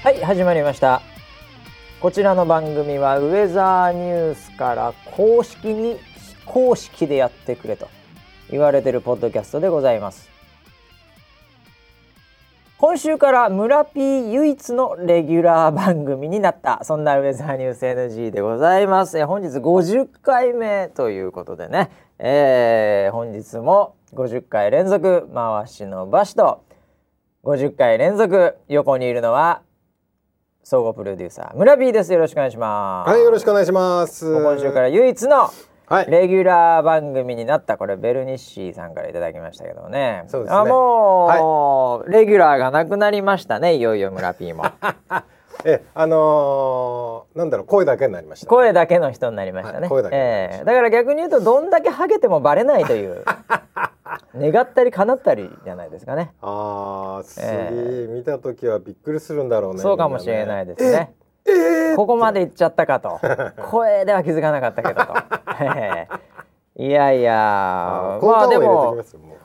はい、始まりました。こちらの番組はウェザーニュースから公式でやってくれと言われているポッドキャストでございます。今週から村 P 唯一のレギュラー番組になった、そんなウェザーニュース NG でございます。本日50回目ということでね、本日も50回連続回しのバシと50回連続横にいるのは総合プロデューサー村 P です。よろしくお願いします。 はい、よろしくお願いします。 今週から唯一のはい、 レギュラー番組になった、これベルニッシーさんからいただきましたけどね。 そうですね。 もう、レギュラーがなくなりましたね、いよいよ村 P も。 なんだろう、声だけになりました、ね。 声だけの人になりましたね。 声だけになりました。 だから逆に言うと、どんだけハゲてもバレないという願ったり叶ったりじゃないですかね。 次、見た時はびっくりするんだろうね。 そうかもしれないですね。ここまで行っちゃったかと。声では気づかなかったけどと。いやいや、まあでも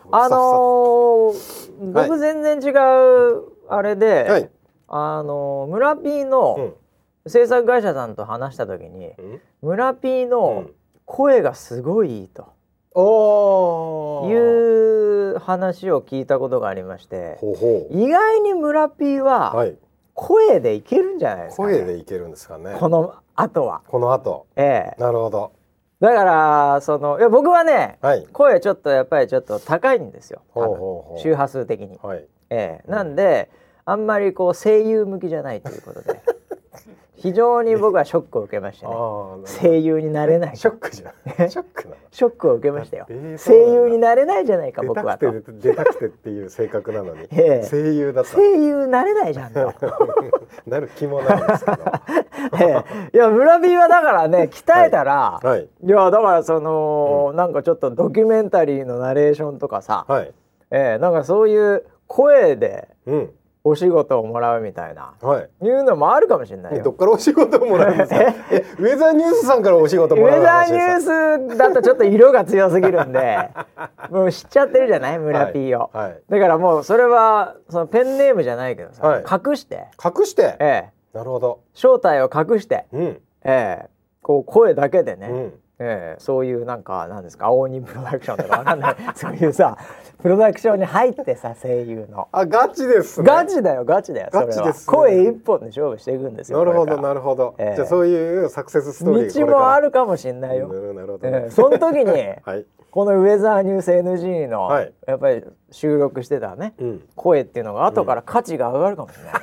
僕全然違うあれで、村 P の制作会社さんと話した時に、村 P の声がすごいいいという話を聞いたことがありまして、意外に村 P は声でいけるんじゃないですかね。 声でいけるんですかね。 この後は。 なるほど。 だからいや僕はね、声ちょっとやっぱりちょっと高いんですよ。周波数的に。なんであんまりこう声優向きじゃないということで非常に僕はショックを受けましたね。声優になれない。 ショックじゃん。ショックを受けましたよ。声優になれないじゃないか僕はと。 出たくてっていう性格なのに、声優だった。 声優なれないじゃんと。 なる気もないんですけど。 いや村 P はだからね、鍛えたら、いやだからなんかちょっとドキュメンタリーのナレーションとかさ、なんかそういう声で、お仕事をもらうみたいな、いうのもあるかもしれないよ。 どっからお仕事をもらうんですか。ウェザーニュースさんからお仕事もらう話ですか。 ウェザーニュースだとちょっと色が強すぎるんでもう知っちゃってるじゃない村 P を、だからもうそれはそのペンネームじゃないけどさ、隠して、 なるほど、 正体を隠して、こう声だけでね、そういうなんですか、青鬼プロダクションとかわかんないそういうさプロダクションに入ってさ、声優のガチですね。 ガチだよそれは。声一本で勝負していくんですよ。 なるほど、じゃあそういうサクセスストーリー道もあるかもしれないよ。 なるほど、 その時に、このウェザーニュース NG の、やっぱり収録してたね、声っていうのが後から価値が上がるかもしれない、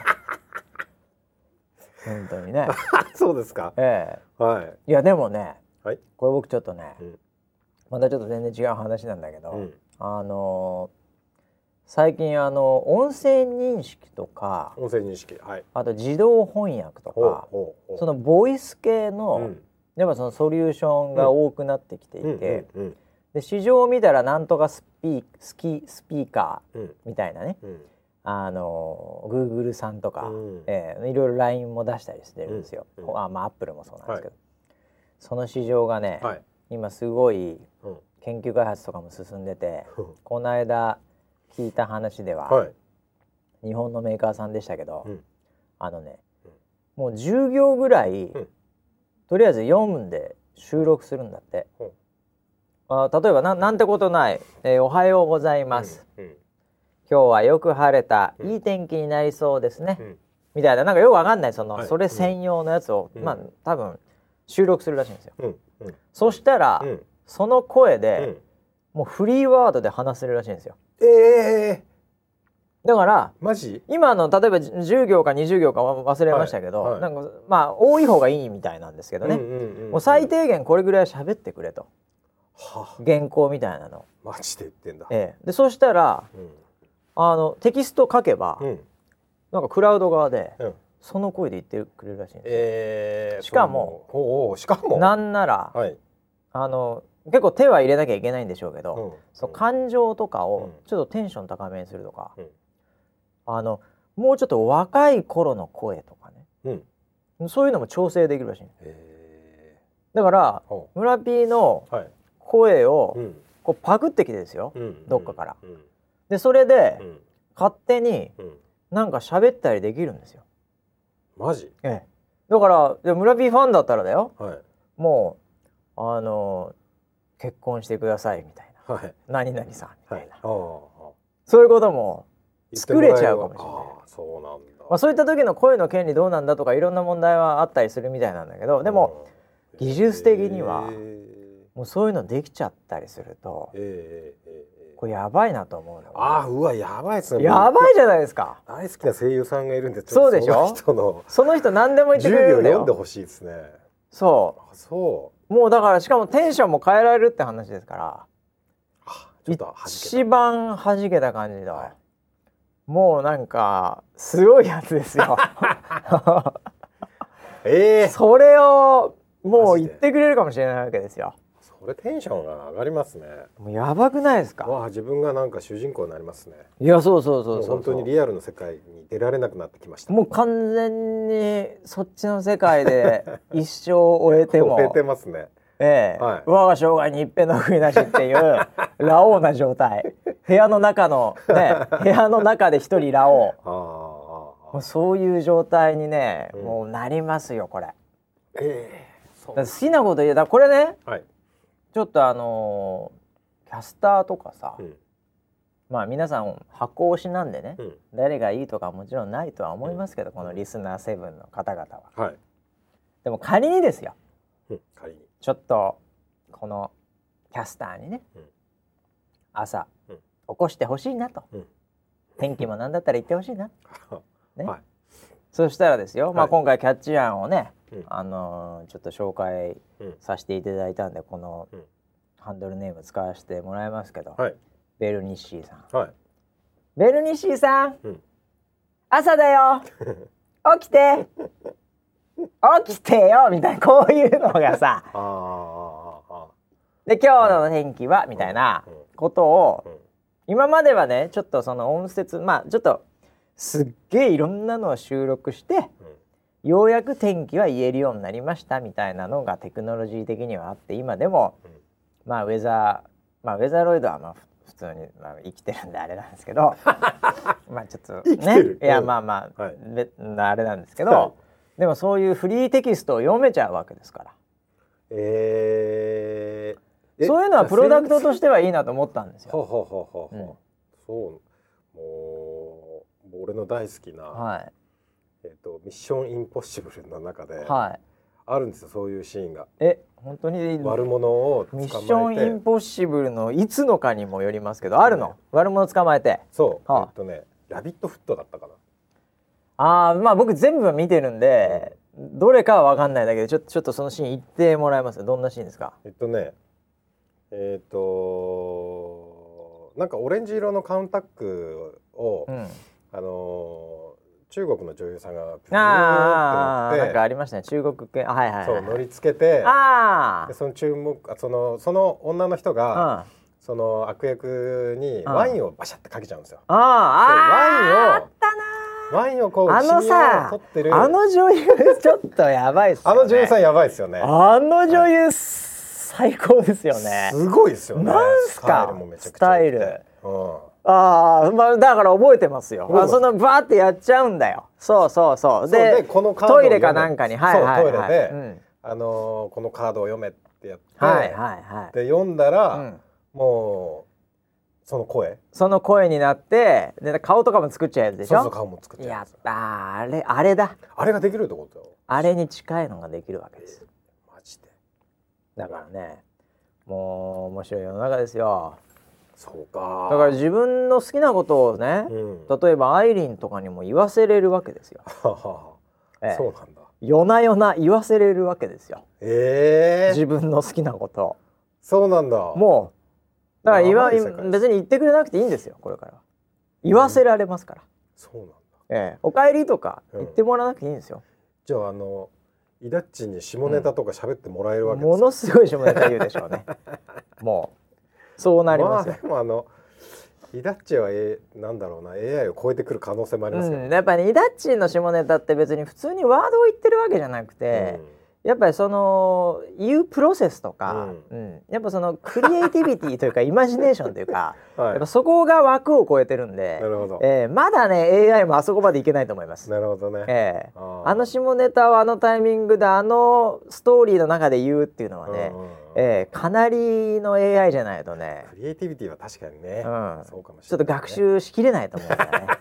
本当にね。 そうですか。 いやでもね、これ僕ちょっとね、またちょっと全然違う話なんだけど、最近音声認識とか、あと自動翻訳とか、そのボイス系の、やっぱそのソリューションが多くなってきていて、で市場を見たらなんとかスピーカーみたいなね、Google さんとか、いろいろ LINE も出したりしてるんですよ。Apple もそうなんですけど、その市場がね、今すごい研究開発とかも進んでて、この間聞いた話では、日本のメーカーさんでしたけど、もう10行ぐらい、とりあえず読んで収録するんだって。例えばなんてことない、おはようございます、今日はよく晴れた、いい天気になりそうですね、みたいな、なんかよくわかんないそれ専用のやつを、多分収録するらしいんですよ。そしたら、その声で、もうフリーワードで話せるらしいんですよ。だから今の例えば10行か20行か忘れましたけど、なんか多い方がいいみたいなんですけどね、もう最低限これぐらい喋ってくれと、原稿みたいなの。 マジで言ってんだ。 でそしたら、テキスト書けば、なんかクラウド側で、その声で言ってくれるらしいんですよ。しかもなんなら、結構手は入れなきゃいけないんでしょうけど、感情とかをちょっとテンション高めにするとか、もうちょっと若い頃の声とかね、そういうのも調整できるらしい。だから村 P の声をこうパクってきてですよ、どっかから。でそれで勝手になんか喋ったりできるんですよ。 マジ？ だから村 P ファンだったらだよ、 はい、 もう結婚してくださいみたいな、はい、何々さんみたいな、はい、そういうことも作れちゃうかもしれない。 そうなんだ。 まあ、そういった時の声の権利どうなんだとかいろんな問題はあったりするみたいなんだけど、でも技術的にはもうそういうのできちゃったりすると、これやばいなと思うの。 うわやばいですね。 やばいじゃないですか。 大好きな声優さんがいるんで、 そうでしょ。その人何でも言ってくれるんだよ。 10秒読んでほしいですね。 そうもうだからしかもテンションも変えられるって話ですから、一番弾けた感じだ、はい、もうなんかすごいやつですよ。それをもう言ってくれるかもしれないわけですよ。 それテンションが上がりますね。 もうやばくないですか。 自分がなんか主人公になりますね。 いやそう本当にリアルの世界に出られなくなってきました。 もう完全にそっちの世界で一生終えても終えてますね。 はい、我が生涯に一片の悔いなしっていうラオウな状態。部屋の中のね、部屋の中で一人ラオウ。もうそういう状態にね、もうなりますよこれ。好きなこと言えたこれね、はい、ちょっとキャスターとかさ、まあ皆さん箱推しなんでね、誰がいいとかもちろんないとは思いますけど、このリスナー7の方々は、はい、でも仮にですよ、仮にちょっとこのキャスターにね、朝起こしてほしいなと、天気もなんだったら言ってほしいな、ね、はい、そしたらですよ、まあ今回キャッチ案をね、ちょっと紹介させていただいたんで、このハンドルネーム使わせてもらいますけど、はい、ベルニッシーさん、はい、ベルニッシーさん、朝だよ起きて起きてよみたいな、こういうのがさで今日の天気はみたいなことを、今まではねちょっとその音節、まあちょっとすっげえいろんなのを収録して、ようやく天気は言えるようになりましたみたいなのがテクノロジー的にはあって、今でも、まあウェザーロイドはまあ普通に、まあ、生きてるんであれなんですけどまあちょっとね、いやまあまあ、はい、あれなんですけど、はい、でもそういうフリーテキストを読めちゃうわけですから、そういうのはプロダクトとしてはいいなと思ったんですよ。 そうもう俺の大好きな、はい、ミッションインポッシブルの中で、はい、あるんですよ、そういうシーンが。 本当に悪者を捕まえて、 ミッションインポッシブルのいつのかにもよりますけど、あるの、悪者捕まえて。 そう、ラビットフットだったかな。 まあ僕全部は見てるんで、どれかは分かんないだけで、ちょっとそのシーン言ってもらえます？どんなシーンですか？ なんかオレンジ色のカウンタックを、中国の女優さんがなんかありましたね、中国系、はいはい、 そう乗りつけて、でその女の人が、その悪役にワインをバシャってかけちゃうんですよ。ワインをこう取ってるあの女優ちょっとやばいっすよね。 あの女優さんやばいっすよね。 あの女優、最高ですよね。 すごいですよね。 なんすかスタイル。まあだから覚えてますよ。そのバーってやっちゃうんだよ。そうでこのカードトイレかなんかに、 トイレでこのカードを読めってやって、で読んだらもうその声になって、で顔とかも作っちゃうやつでしょ。そう顔も作っちゃうやつ。あれだ。あれができるってことよ。 あれに近いのができるわけです。マジで。だからね、もう面白い世の中ですよ。 そうか。 だから自分の好きなことをね、例えばアイリンとかにも言わせれるわけですよ。 そうなんだ。 夜な夜な言わせれるわけですよ。自分の好きなことを。 そうなんだ。 もうだから別に言ってくれなくていいんですよ、これからは。言わせられますから。 そうなんだ。 お帰りとか言ってもらわなくていいんですよ。 じゃあイダッチに下ネタとか喋ってもらえるわけですか？ ものすごい下ネタ言うでしょうね。もうそうなりますよ。 でもイダッチはなんだろうな、 AI を超えてくる可能性もありますよね。 やっぱりイダッチの下ネタって別に普通にワードを言ってるわけじゃなくて、 やっぱりその言うプロセスとか、やっぱそのクリエイティビティというかイマジネーションというか、やっぱそこが枠を超えてるんで、 なるほど、 まだね AI もあそこまでいけないと思います。 なるほどね、 あの下ネタをあのタイミングであのストーリーの中で言うっていうのはね、かなりの AI じゃないとね、 クリエイティビティは確かにね、そうかもしれない、ね、 ちょっと学習しきれないと思うんだよね。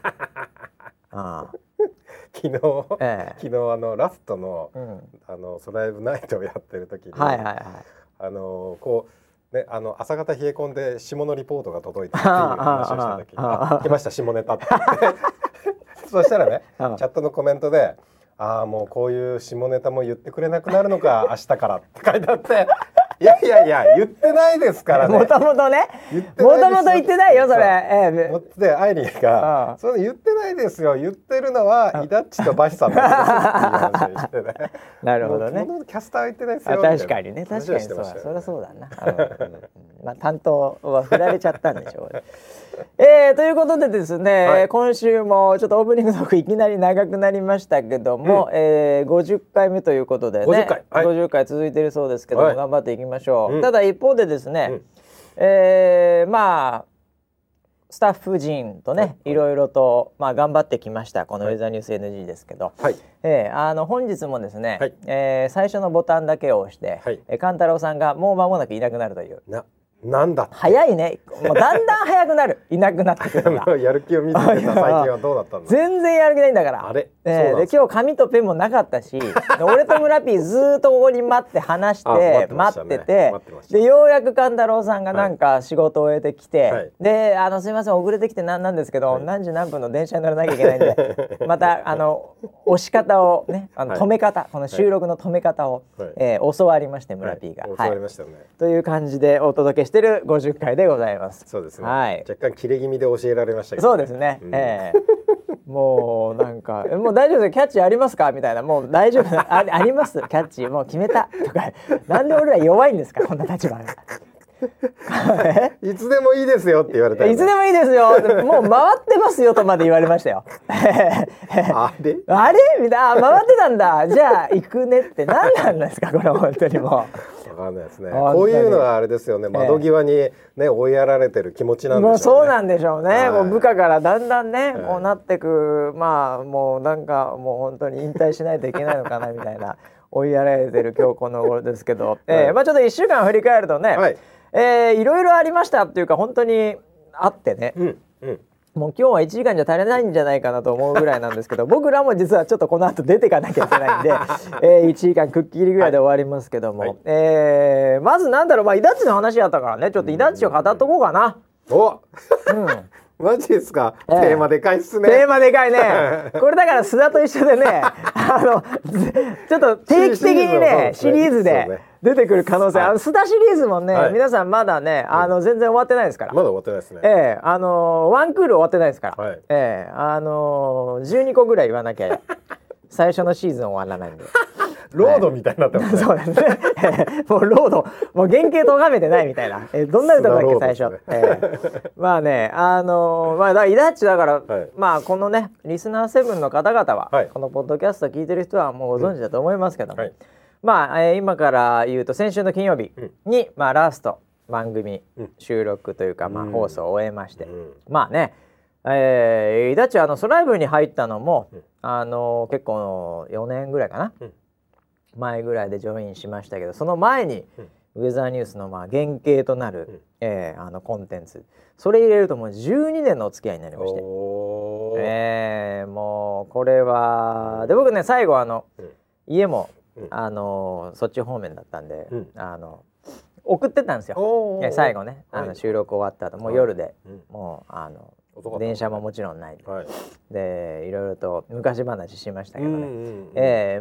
昨日ラストの、ソライブナイトをやってる時に、こうね、朝方冷え込んで下のリポートが届いたっていう話をした時に来ました下ネタってそしたらねチャットのコメントでもうこういう下ネタも言ってくれなくなるのか明日からって書いてあっていや言ってないですからね。 もともとね、もともと言ってないよそれ。 でアイリーがそれ言ってないですよ。言ってるのはイダッチとバシさんなんですっていう話をしてね。 なるほどね。 キャスターは言ってないですよ。 確かにね、確かにそりゃそうだな。まあ担当は振られちゃったんでしょう。ということでですね、今週もちょっとオープニングトークいきなり長くなりましたけども、50回目ということでね、50回続いているそうですけども、頑張っていきましょう。ただ一方でですね、まあスタッフ陣とね、いろいろと頑張ってきましたこのウェザーニュース NG ですけど、本日もですね、最初のボタンだけを押して、勘太郎さんがもう間もなくいなくなるという。 なんだ早いね、もうだんだん早くなるいなくなってくるのがやる気を見せてた最近はどうだったんだ。 全然やる気ないんだから。で今日紙とペンもなかったし俺と村 P ずっとここに待って話して待ってて、でようやく勘太郎さんがなんか仕事を終えてきて、ですいません遅れてきてなんですけど、何時何分の電車に乗らなきゃいけないんでまた押し方をね止め方、この収録の止め方を教わりまして、村 P が教わりましたねという感じでお届けしてる50回でございます。 そうですね、若干切れ気味で教えられましたけど、そうですね、もうなんかもう大丈夫ですキャッチありますかみたいな、もう大丈夫ありますキャッチもう決めたとかなんで俺ら弱いんですかこんな立場がいつでもいいですよって言われた、 いつでもいいですよもう回ってますよとまで言われましたよあれみたいな、回ってたんだじゃあ行くねって何なんですかこれ本当にもうわかんないですね。こういうのはあれですよね、窓際にね追いやられてる気持ちなんでしょうね。 もうそうなんでしょうね、もう部下からだんだんね、こうなってく、もうなんかもう本当に引退しないといけないのかなみたいな追いやられてる今日この頃ですけど、ちょっと1週間振り返るとね、いろいろありましたっていうか本当にあってね、もう今日は1時間じゃ足りないんじゃないかなと思うぐらいなんですけど僕らも実はちょっとこの後出ていかなきゃいけないんで、1時間くっきりぐらいで終わりますけども、まずなんだろう、イダッチの話やったからね、ちょっとイダッチを語っとこうかな。 マジですか、テーマでかいっすね。 テーマでかいねこれだから須田と一緒でねちょっと定期的にねシリーズで出てくる可能性、須田シリーズもね、皆さんまだね全然終わってないですから。 まだ終わってないですね。 ワンクール終わってないですから、12個ぐらい言わなきゃ最初のシーズン終わらないんでロードみたいになってますね。 そうですねもうロードもう原型とがめてないみたいなどんな歌だっけ最初、まあねイダッチだから、このねリスナー7の方々は、このポッドキャスト聞いてる人はもうご存知だと思いますけども、今から言うと先週の金曜日に、ラスト番組収録というか、放送を終えまして、イダッチはソライブに入ったのも、結構4年ぐらいかな、前ぐらいでジョインしましたけど、その前にウェザーニュースの原型となる、コンテンツ、それ入れるともう12年のお付き合いになりまして、もうこれはで僕ね最後家もそっち方面だったんで、送ってたんですよ。最後ね収録終わった後もう夜で、もう電車ももちろんないで、いろいろと昔話しましたけどね、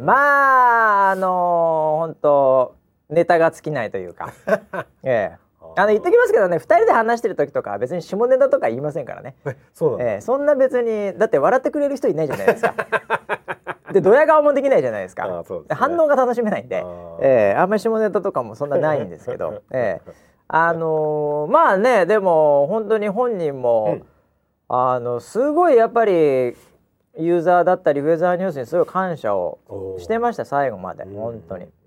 本当ネタが尽きないというか言っときますけどね、2人で話してる時とか別に下ネタとか言いませんからね。そんな別にだって笑ってくれる人いないじゃないですかでドヤ顔もできないじゃないですか。反応が楽しめないんで、あんまり下ネタとかもそんなないんですけどでも本当に本人もすごいやっぱりユーザーだったりウェザーニュースにすごい感謝をしてました、最後まで本当に。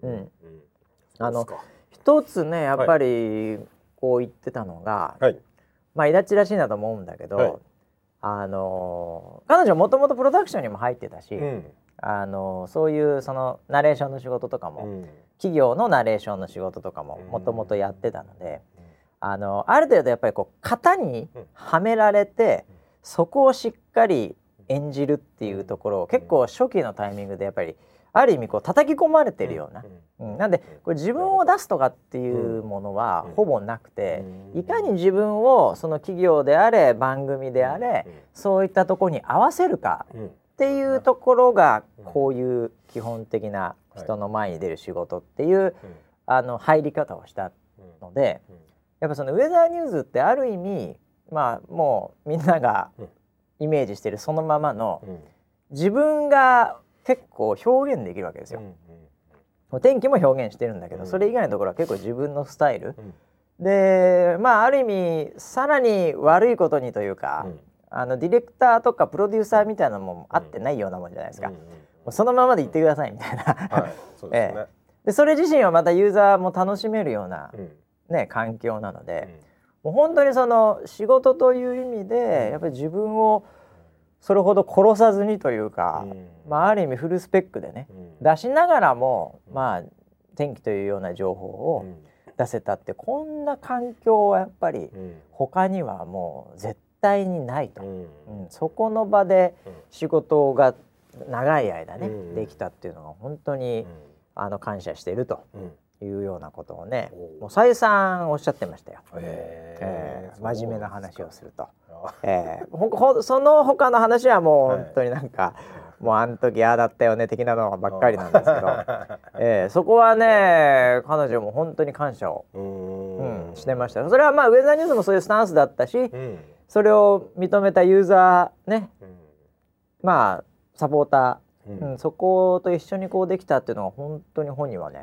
一つねやっぱりこう言ってたのが、はい、まあイラチらしいなと思うんだけど、はい、彼女もともとプロダクションにも入ってたし、そういうそのナレーションの仕事とかも、企業のナレーションの仕事とかももともとやってたので、ある程度やっぱりこう型にはめられて、そこをしっかり演じるっていうところを結構初期のタイミングでやっぱりある意味こう叩き込まれてるような、なんでこれ自分を出すとかっていうものはほぼなくて、いかに自分をその企業であれ番組であれそういったところに合わせるかっていうところがこういう基本的な人の前に出る仕事っていう入り方をしたので、やっぱそのウェザーニューズってある意味まあもうみんながイメージしてるそのままの自分が結構表現できるわけですよ。天気も表現してるんだけど、それ以外のところは結構自分のスタイル、でまあある意味さらに悪いことにというか、ディレクターとかプロデューサーみたいなのもあってないようなもんじゃないですか。そのままで言ってくださいみたいな、はい、そうですね。でそれ自身はまたユーザーも楽しめるような、ね、環境なので、もう本当にその仕事という意味でやっぱり自分をそれほど殺さずにというか、まあ、ある意味フルスペックでね、出しながらも、まあ、天気というような情報を出せたって、こんな環境はやっぱり他にはもう絶対にないと、そこの場で仕事が長い間ね、できたっていうのが本当に感謝しているというようなことをね、もう再三おっしゃってましたよ。真面目な話をすると、その他の話はもう本当になんか、もうあの時ああだったよね的なのばっかりなんですけど、そこはね彼女も本当に感謝を、してました。それはまあウェザーニュースもそういうスタンスだったし、それを認めたユーザーね、まあサポーター、そこと一緒にこうできたっていうのは本当に本人はね、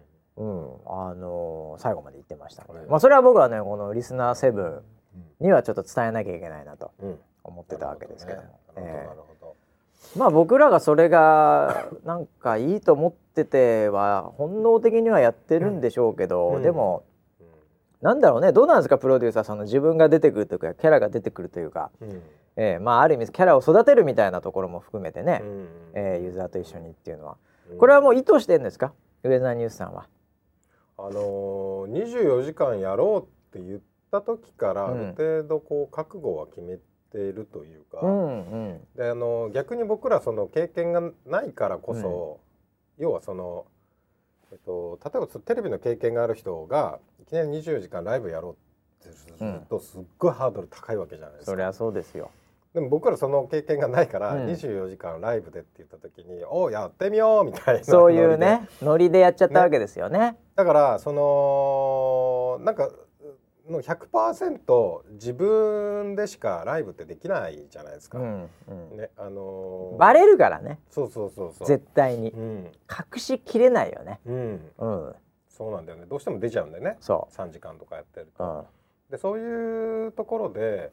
最後まで言ってましたので、まあ、それは僕はねこのリスナー7にはちょっと伝えなきゃいけないなと思ってたわけですけども、まあ僕らがそれがなんかいいと思ってては本能的にはやってるんでしょうけど、でもなんだろうね、どうなんですかプロデューサー、その自分が出てくるというかキャラが出てくるというか、まあある意味キャラを育てるみたいなところも含めてね、ユーザーと一緒にっていうのは、これはもう意図してるんですか、ウェザーニュースさんは。 24時間やろうって言った時からある程度こう覚悟は決めているというか、で逆に僕らその経験がないからこそ、要はその、例えばテレビの経験がある人がいきなり24時間ライブやろうってするとすっごいハードル高いわけじゃないですか。 そりゃそうですよ。 でも僕らその経験がないから、24時間ライブでって言った時におやってみようみたいな、 そういうねノリでやっちゃったわけですよね。 だからそのなんかの 100% 自分でしかライブってできないじゃないですか、ね、 バレるからね。 そう絶対に、隠しきれないよね。 そうなんだよね、どうしても出ちゃうんだよね、3時間とかやってると、でそういうところで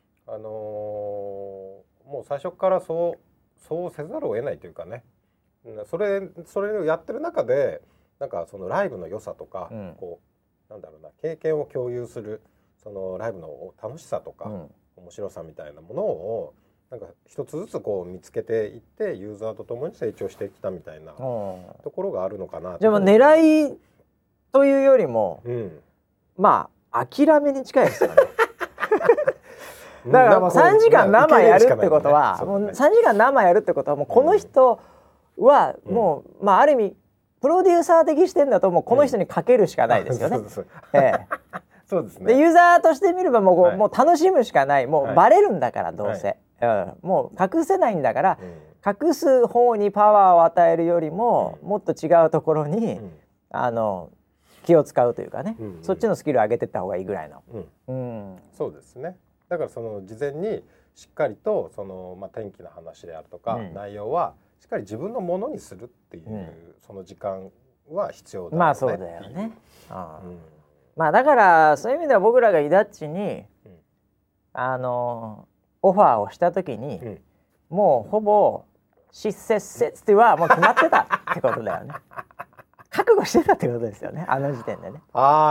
もう最初からそうせざるを得ないというかね、それをやってる中でなんかそのライブの良さとか、こうなんだろうな、経験を共有するそのライブの楽しさとか、面白さみたいなものをなんか一つずつこう見つけていってユーザーとともに成長してきたみたいなところがあるのかな。 じゃあ狙いというよりも、まあ諦めに近いですよね。だからもう3時間生やるってことは、もう3時間生やるってことはもうこの人はもう、まあある意味プロデューサー的視点だともうこの人にかけるしかないですよね。 そうですね。 でユーザーとしてみればもう楽しむしかない、もうバレるんだからどうせ、もう隠せないんだから、隠す方にパワーを与えるよりも、もっと違うところに、気を使うというかね、そっちのスキルを上げていった方がいいぐらいの、 そうですね。だからその事前にしっかりとその、天気の話であるとか、内容はしっかり自分のものにするっていう、その時間は必要だよね。 まあそうだよね。まあだからそういう意味では僕らがイダッチに、オファーをした時に、 もうほぼ失節説はもう決まってたってことだよね。覚悟してたってことですよね、あの時点でね。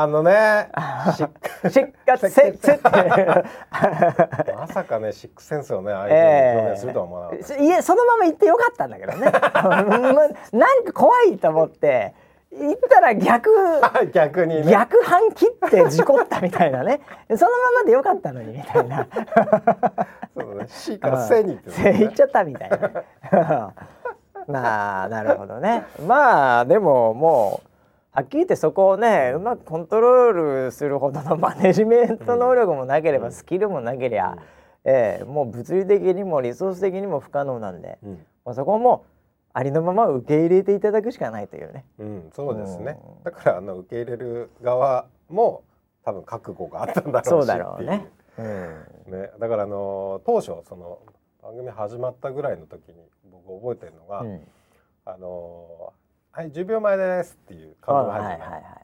失活説ってまさかねシックセンスをね相手に表現するとは思わなかった。 いやそのまま言ってよかったんだけどね。なんか怖いと思って言ったら逆に、ね、 逆半切って事故ったみたいなね。そのままでよかったのにみたいな。 そうね、C からせにって言っちゃったみたいな。なるほどね。まあでももうはっきり言ってそこをねうまくコントロールするほどのマネジメント能力もなければ、スキルもなけりゃ、もう物理的にもリソース的にも不可能なんで、そこもありのまま受け入れていただくしかないというね。 そうですね。だから受け入れる側も多分覚悟があったんだろうし。そうだろうね。ね、だから当初その番組始まったぐらいの時に僕覚えてるのが、はい10秒前ですっていうカウントが入って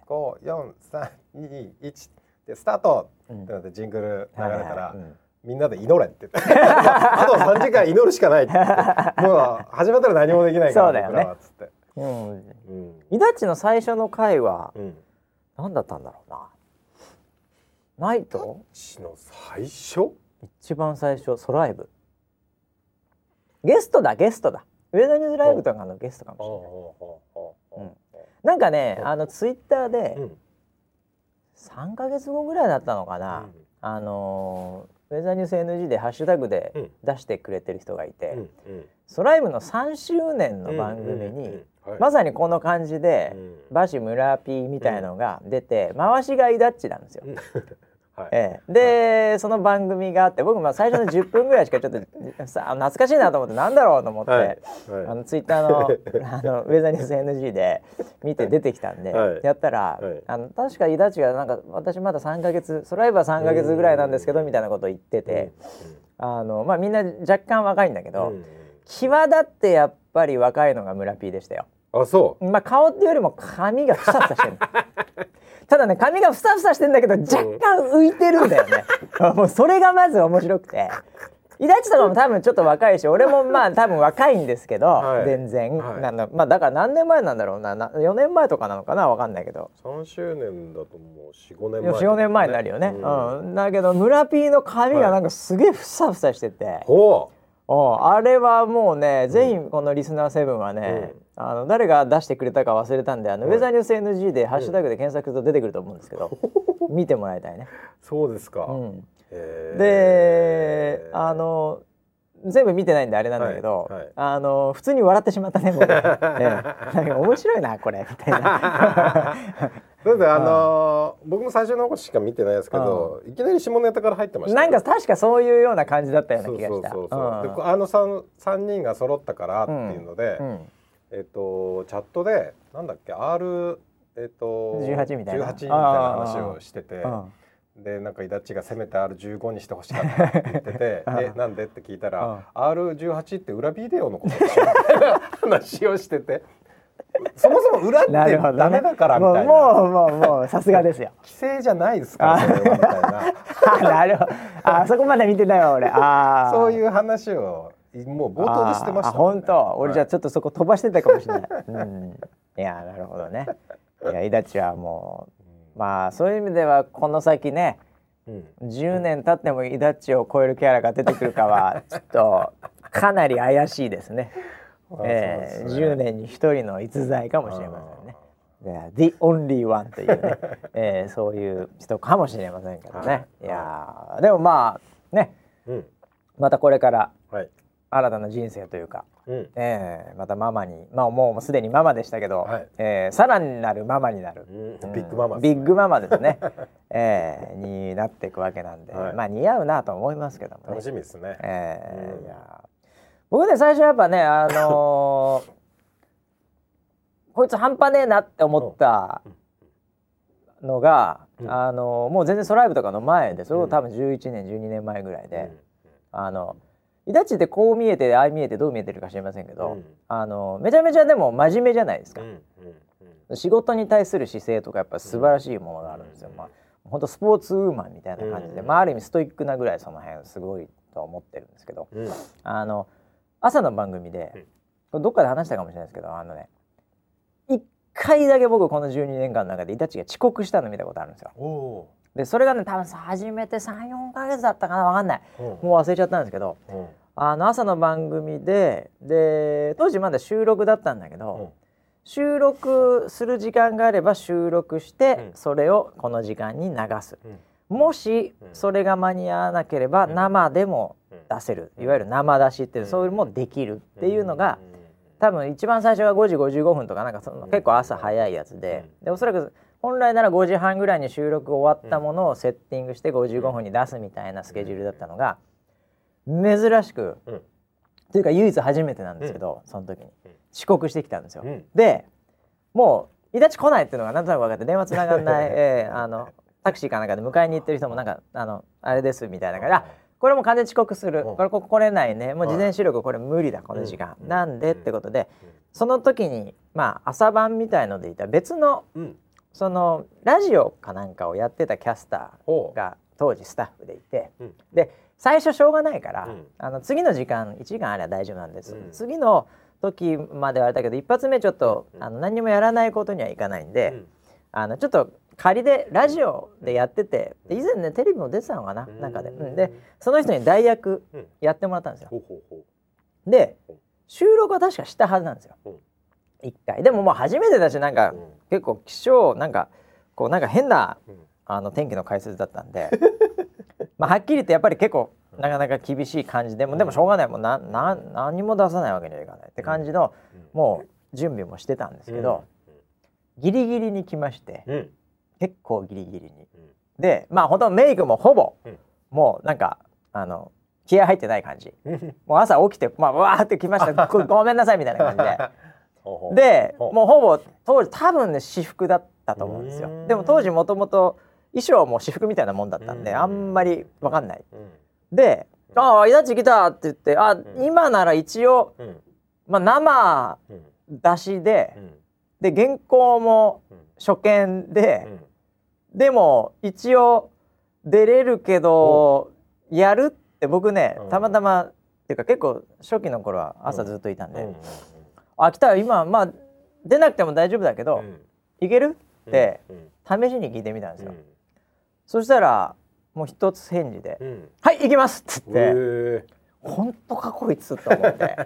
5、4、3、2、1でスタートってなってジングル流れたら、みんなで祈れって言ってあと3時間祈るしかないって言ってもう始まったら何もできないから僕らはっつって。 イダッチの最初の回は何だったんだろうな。ナイト？ イダッチの最初？ 一番最初ソライブ。ゲストだ。ウェザーニューズライブとかのゲストかもしれない。なんかねツイッターで3ヶ月後ぐらいだったのかな、ウェザーニュース NG でハッシュタグで出してくれてる人がいて、ソライブの3周年の番組にまさにこの感じでバシ村ピーみたいのが出て、回しがイダッチなんですよ。でその番組があって僕最初の10分ぐらいしかちょっと懐かしいなと思ってなんだろうと思って、ツイッターのウェザーニュース NG で見て出てきたんで、やったら、確かイダッチがなんか私まだ3ヶ月ソライブは3ヶ月ぐらいなんですけどみたいなことを言ってて、みんな若干若いんだけど、際立ってやっぱり若いのが村 P でしたよ。 あ、そう。 顔っていうよりも髪がふさふさしてるただね髪がふさふさしてんだけど若干浮いてるんだよね。もうそれがまず面白くて、イダッチとかも多分ちょっと若いし俺も多分若いんですけど、全然、だから何年前なんだろうな、4年前とかなのかな、分かんないけど 3周年だともう 4,5 年前、 4,5 年前になるよね。だけど村 P の髪がなんかすげえふさふさしてて、あれはもうね、ぜひこのリスナー7はね、誰が出してくれたか忘れたんでウェザーニュース NG でハッシュタグで検索すると出てくると思うんですけど、見てもらいたいね。 そうですか。 で全部見てないんであれなんだけど、普通に笑ってしまったね僕。なんか面白いなこれみたいな。 だって僕も最初の方しか見てないですけど、いきなり下ネタから入ってました。 なんか確かそういうような感じだったような気がした。 3人が揃ったからっていうので、チャットでなんだっけ 18 みたいな話をしてて、でなんかイダッチがせめて R15 にしてほしかったって言っててなんでって聞いたら R18 って裏ビデオのことでしょみたいな話をしてて、そもそも裏ってダメだからみたいな。 もうさすがですよ。 規制じゃないですからそれはみたいな。 なるほど。そこまで見てないわ俺。 そういう話をもう冒頭でしてましたもんね。本当。俺じゃあちょっとそこ飛ばしてたかもしれない。いやなるほどね。いやイダッチはもうそういう意味ではこの先ね、10年経ってもイダッチを超えるキャラが出てくるかはちょっとかなり怪しいですね。10年に1人の逸材かもしれませんね。The only one というね、そういう人かもしれませんけどね。いやでもまたこれから新たな人生というか、またママにもうすでにママでしたけど、さらなるママになる、 ビッグママですね。ビッグママですね。になっていくわけなんで、似合うなと思いますけどもね。 楽しみですね。 いや僕ね最初やっぱねこいつ半端ねえなって思ったのが、もう全然ソライブとかの前で、それを多分11年12年前ぐらいで、イダッチってこう見えてああ見えてどう見えてるか知りませんけど、めちゃめちゃでも真面目じゃないですか。仕事に対する姿勢とかやっぱ素晴らしいものがあるんですよ。本当スポーツウーマンみたいな感じで、ある意味ストイックなぐらいその辺すごいと思ってるんですけど、 朝の番組で、これどっかで話したかもしれないですけど、1回だけ僕この12年間の中でイタッチが遅刻したの見たことあるんですよ。でそれがね多分初めて 3,4 ヶ月だったかな、分かんない、もう忘れちゃったんですけど、朝の番組で当時まだ収録だったんだけど、収録する時間があれば収録して、それをこの時間に流す、もしそれが間に合わなければ生でも出せる、いわゆる生出しっていう、そういうのもできるっていうのが、多分一番最初が5時55分とか、なんか結構朝早いやつで、おそらく本来なら5時半ぐらいに収録終わったものをセッティングして55分に出すみたいなスケジュールだったのが、珍しく、というか唯一初めてなんですけど、その時に遅刻してきたんですよ。でもうイタチ来ないっていうのがなんとなく分かって、電話つながんないタクシーかなんかで迎えに行ってる人もなんかあれですみたいなから、これも完全に遅刻する、これ来れないね、もう事前収録これ無理だこの時間、なんでってことで、その時に朝晩みたいのでいた別の、そのラジオかなんかをやってたキャスターが当時スタッフでいて、で最初しょうがないから、次の時間1時間あれば大丈夫なんです、次の時まではあれだけど一発目ちょっと何にもやらないことにはいかないんで、ちょっと仮でラジオでやってて、以前ねテレビも出てたのかな、なんかで、でその人に代役やってもらったんですよ。で収録は確かしたはずなんですよ、1回でももう初めてだし、なんか、結構気象なんかこうなんか変な、天気の解説だったんではっきり言ってやっぱり結構なかなか厳しい感じでも、でもしょうがない、もう何も出さないわけにはいかないって感じの、もう準備もしてたんですけど、ギリギリに来まして、結構ギリギリに、でほとんどメイクもほぼ、もうなんか気合入ってない感じもう朝起きてわーって来ましたごめんなさいみたいな感じででもうほぼ当時多分ね私服だったと思うんですよ。でも当時もともと衣装も私服みたいなもんだったんで、あんまり分かんない、で「ああイタッチ来た」って言って「今なら一応、生出しで、で原稿も初見で、でも一応出れるけどやる」って僕ねたまたまっていうか結構初期の頃は朝ずっといたんで「来たよ今出なくても大丈夫だけど、いける?」って試しに聞いてみたんですよ。そしたらもう一つ返事で「はい行きます!」っつって本当かこいつと思って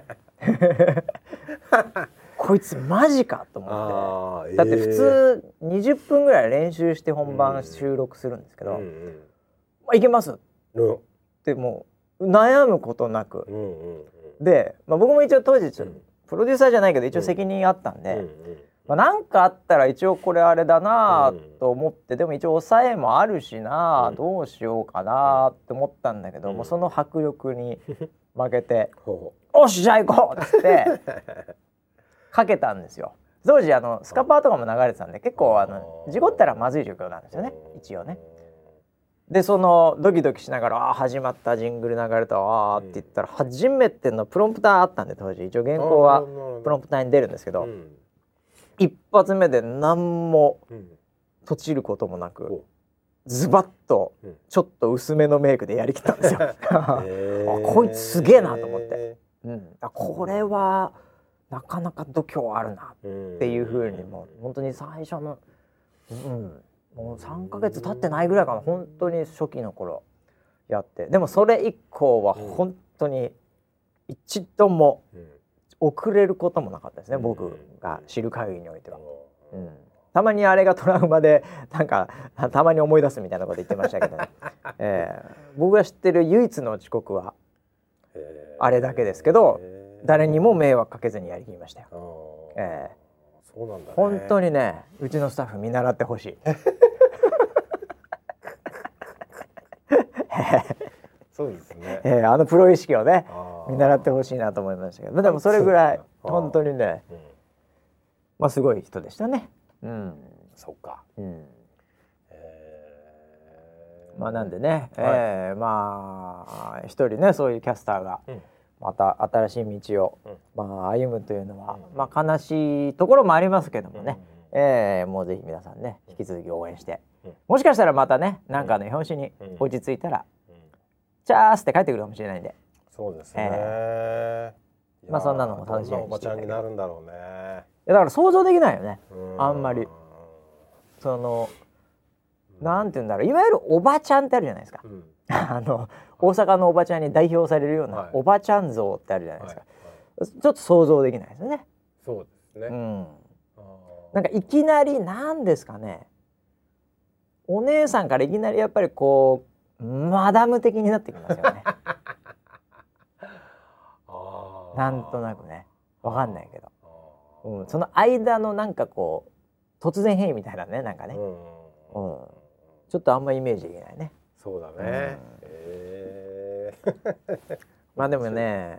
こいつマジかと思って、だって普通20分ぐらい練習して本番収録するんですけど「行けます!」ってもう悩むことなくで、僕も一応当時プロデューサーじゃないけど一応責任あったんで、なんかあったら一応これあれだなと思って、でも一応抑えもあるしな、どうしようかなって思ったんだけど、もうその迫力に負けて「おっしゃ行こう!」っつってかけたんですよ。当時スカパーとかも流れてたんで結構事故ったらまずい状況なんですよね、一応ね。でそのドキドキしながら始まったジングル流れたって言ったら、初めてのプロンプターあったんで、当時一応原稿はプロンプターに出るんですけど、一発目で何もとちることもなくズバッとちょっと薄めのメイクでやりきったんですよこいつすげえなと思って、これはなかなか度胸あるなっていう風に、もう本当に最初の、もう3ヶ月経ってないぐらいかな、本当に初期の頃やって、でもそれ以降は本当に一度も遅れることもなかったですね、僕が知る限りにおいては。たまにあれがトラウマでなんかたまに思い出すみたいなこと言ってましたけど、僕が知ってる唯一の遅刻はあれだけですけど、誰にも迷惑かけずにやりきりましたよ。 そうなんだね。 本当にね、うちのスタッフ見習ってほしいそうですね、 プロ意識をね見習ってほしいなと思いましたけど、でもそれぐらい本当にね、すごい人でしたね。 そうか。 なんでね、一人ねそういうキャスターがまた新しい道を、歩むというのは、悲しいところもありますけどもね、もうぜひ皆さんね引き続き応援して、もしかしたらまたねなんかの表紙に落ち着いたら、チャースって帰ってくるかもしれないんで。 そうですね。 まあそんなのも楽しみにしていただければ。 おばちゃんになるんだろうね。いやだから想像できないよね。あんまりそのなんていうんだろう、いわゆるおばちゃんってあるじゃないですか。大阪のおばちゃんに代表されるようなおばちゃん像ってあるじゃないですか。ちょっと想像できないですよね。 そうですね。 なんかいきなりなんですかね、お姉さんからいきなりやっぱりこうマダム的になってきますよね。なんとなくね、わかんないけど、その間のなんかこう突然変異みたいなね、なんかね、ちょっとあんまイメージできないね。 そうだね。 まあでもね、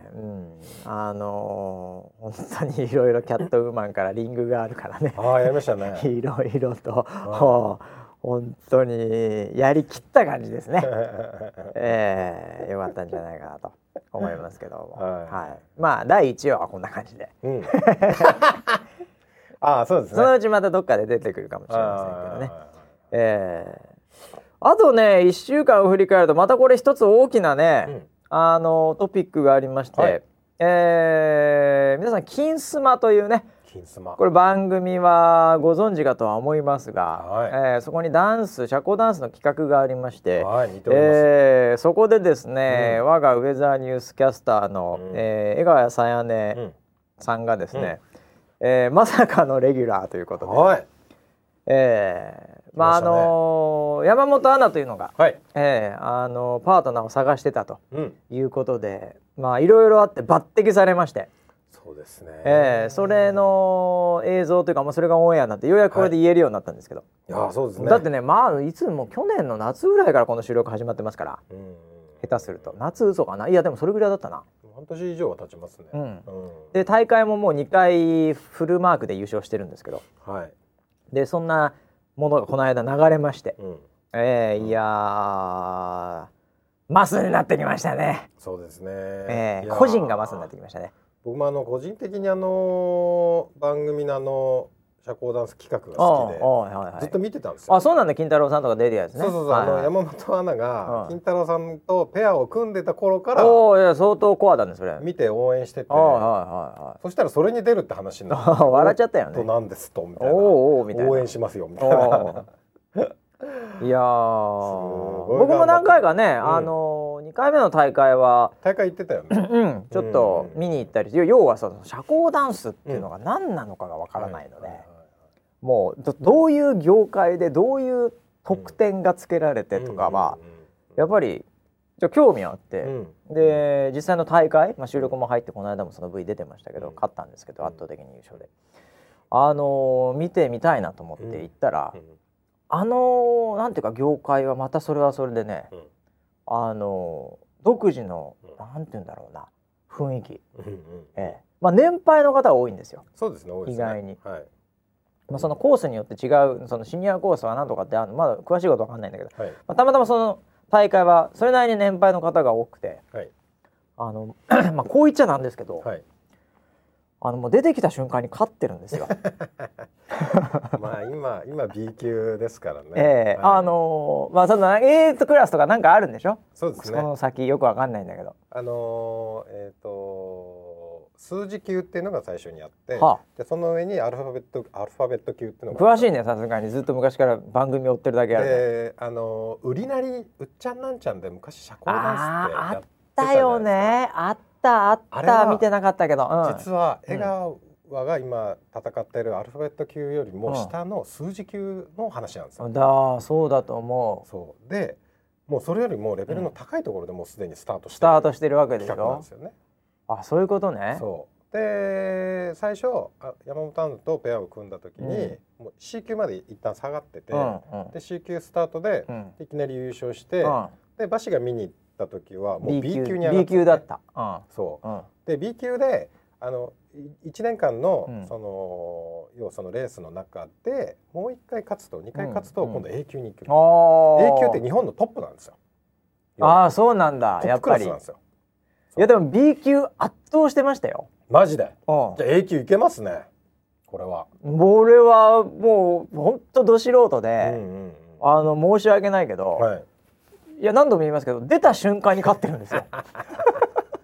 本当にいろいろキャットウーマンからリングがあるからね。 やりましたね。 いろいろと本当にやりきった感じですね。よかったんじゃないかなと思いますけども、まあ第1話はこんな感じで。 そうですね。 そのうちまたどっかで出てくるかもしれませんけどね。あとね、1週間を振り返るとまたこれ一つ大きなね、トピックがありまして、皆さん金スマというね、これ番組はご存知かとは思いますが、そこに社交ダンスの企画がありまして、そこでですね、我がウェザーニュースキャスターの、江川さやねさんがですね、まさかのレギュラーということで、山本アナというのが、パートナーを探してたということで、いろいろあって抜擢されまして。 そうですね。 それの映像というか、それがオンエアになってようやくこれで言えるようになったんですけど、 そうですね。 だってね、いつも去年の夏ぐらいからこの収録始まってますから、下手すると夏嘘かな、いやでもそれぐらいだったな。 半年以上は経ちますね。 で大会ももう2回フルマークで優勝してるんですけど、でそんなものがこの間流れまして、いやマスになってきましたね。 そうですね。 個人がマスになってきましたね。 僕も個人的に番組の社交ダンス企画が好きでずっと見てたんですよ。 そうなんだ。金太郎さんとか出るやつね。 そう山本アナが金太郎さんとペアを組んでた頃から相当コアだねそれ。 見て応援してて、そしたらそれに出るって話になって笑っちゃったよね。 なんですとみたいな、応援しますよみたいな。 いや僕も何回かね、2回目の大会行ってたよね。 ちょっと見に行ったり、要はその社交ダンスっていうのが何なのかがわからないので、もうどういう業界でどういう特典がつけられてとかはやっぱり興味あって、で実際の大会、収録も入ってこの間もその V 出てましたけど、勝ったんですけど圧倒的に優勝で、見てみたいなと思って行ったら、なんていうか業界はまたそれはそれでね、独自のなんていうんだろうな雰囲気、年配の方が多いんですよ。 そうですね、多いですね。 意外に。そのコースによって違う、そのシニアコースは何とかってまだ詳しいことわかんないんだけど、たまたまその大会はそれなりに年配の方が多くて、こう言っちゃなんですけど、もう出てきた瞬間に勝ってるんですよ。 今 B 級ですからね。 そのAクラスとかなんかあるんでしょ。 そうですね。 その先よくわかんないんだけど、 数字級っていうのが最初にあって、でその上にアルファベット級っていうのが。 詳しいね、さすがにずっと昔から番組追ってるだけあるね。 売りなりうっちゃんなんちゃんで昔社交ダンスってやってたじゃないですか。あったよね、あった見てなかったけど、 実は江川が今戦っているアルファベット級よりも下の数字級の話なんですよ。 そうだと思う。 そうで、もうそれよりもレベルの高いところでもうすでにスタートしてるわけでしょ。 なんですよね。 そういうことね。 そうで、最初山本アナとペアを組んだ時に、もう C 級まで一旦下がってて、で C 級スタートでいきなり優勝して、でバシが見に行った時はもう B 級に上がって、 B 級だった。 で B 級で1年間の要はそのレースの中でもう1回勝つと2回勝つと今度 A 級に行く。A 級って日本のトップなんですよ。 そうなんだ。 やっぱり。いやでも B 級圧倒してましたよ。 マジで。じゃあ A 級いけますね。これは。 俺はもう本当ど素人で、申し訳ないけど、いや何度も言いますけど出た瞬間に勝ってるんですよ。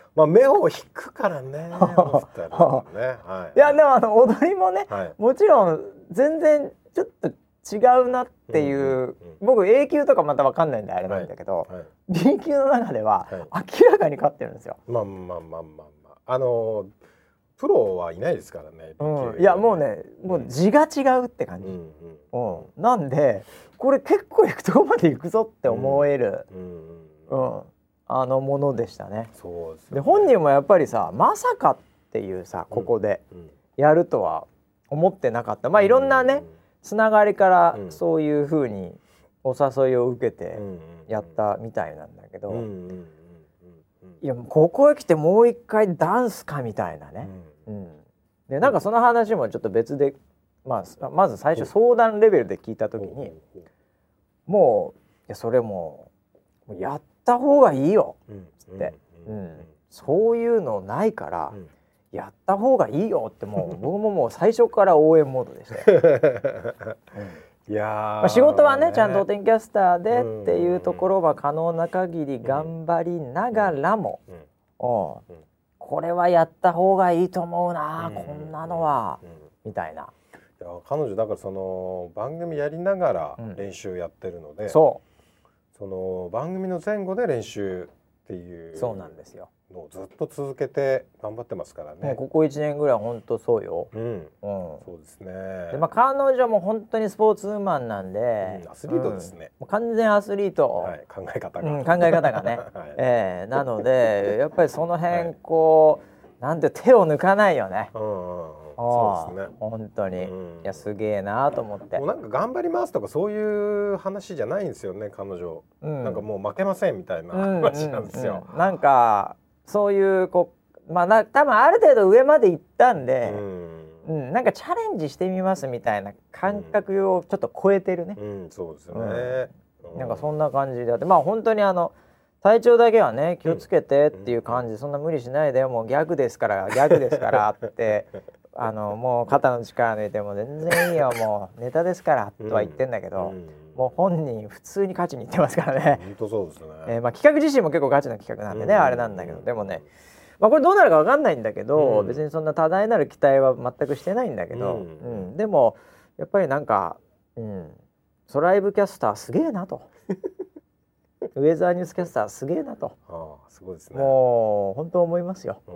まあ目を引くからね。ね、 はい。いやでも踊りもね、はい、もちろん全然ちょっと違うなっていう、僕 A 級とかまた分かんないんであれなんだけど、はいはい、B 級の中では明らかに勝ってるんですよ。 まあプロはいないですからね。 いやもうね、もう字が違うって感じ。なんでこれ結構いくとこまでいくぞって思える、ものでしたね。そうですね。で本人もやっぱりさ、まさかっていうさ、ここでやるとは思ってなかった。まあいろんなね、つながりからそういう風にお誘いを受けてやったみたいなんだけど、いやここへ来てもう一回ダンスかみたいなね。でなんかその話もちょっと別で、まず最初相談レベルで聞いた時に、もういやそれもうやった方がいいよつって、そういうのないから、やった方がいいよってもう僕ももう最初から応援モードでしたよ。いや仕事はねちゃんとお天気キャスターでっていうところは可能な限り頑張りながらも、これはやった方がいいと思うな、こんなのは、みたいな。 いや彼女だからその番組やりながら練習やってるので、その番組の前後で練習っていう、 そうなんですよ。 のをずっと続けて頑張ってますからね。 ここ1年ぐらい本当そうよ。 そうですね。 で彼女も本当にスポーツウーマンなんで、 アスリートですね。 完全アスリート、 はい、考え方が、 考え方がね。なのでやっぱりその辺こう、なんて手を抜かないよね。そうですね。本当に、いやすげえなと思って。 もうなんか頑張りますとかそういう話じゃないんですよね、彼女。なんかもう負けませんみたいな話なんですよ。 なんかそういう多分ある程度上まで行ったんで、なんかチャレンジしてみますみたいな感覚をちょっと超えてるね。 そうですよね。 なんかそんな感じであって、本当に体調だけはね気をつけてっていう感じで、そんな無理しないで、もうギャグですからってもう肩の力抜いても全然いいよ、もうネタですからとは言ってんだけど、もう本人普通に勝ちにいってますからね。 本当そうですね。 企画自身も結構ガチな企画なんでね、あれなんだけど、でもね、これどうなるか分かんないんだけど、別にそんな多大なる期待は全くしてないんだけど、でもやっぱりなんか、ソライブキャスターすげえなとウェザーニュースキャスターすげえなと、 すごいですね。 もう本当思いますよ。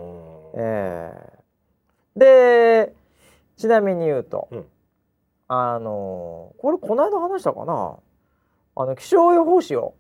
でちなみに言うと、これこの間話したかな、気象予報士を、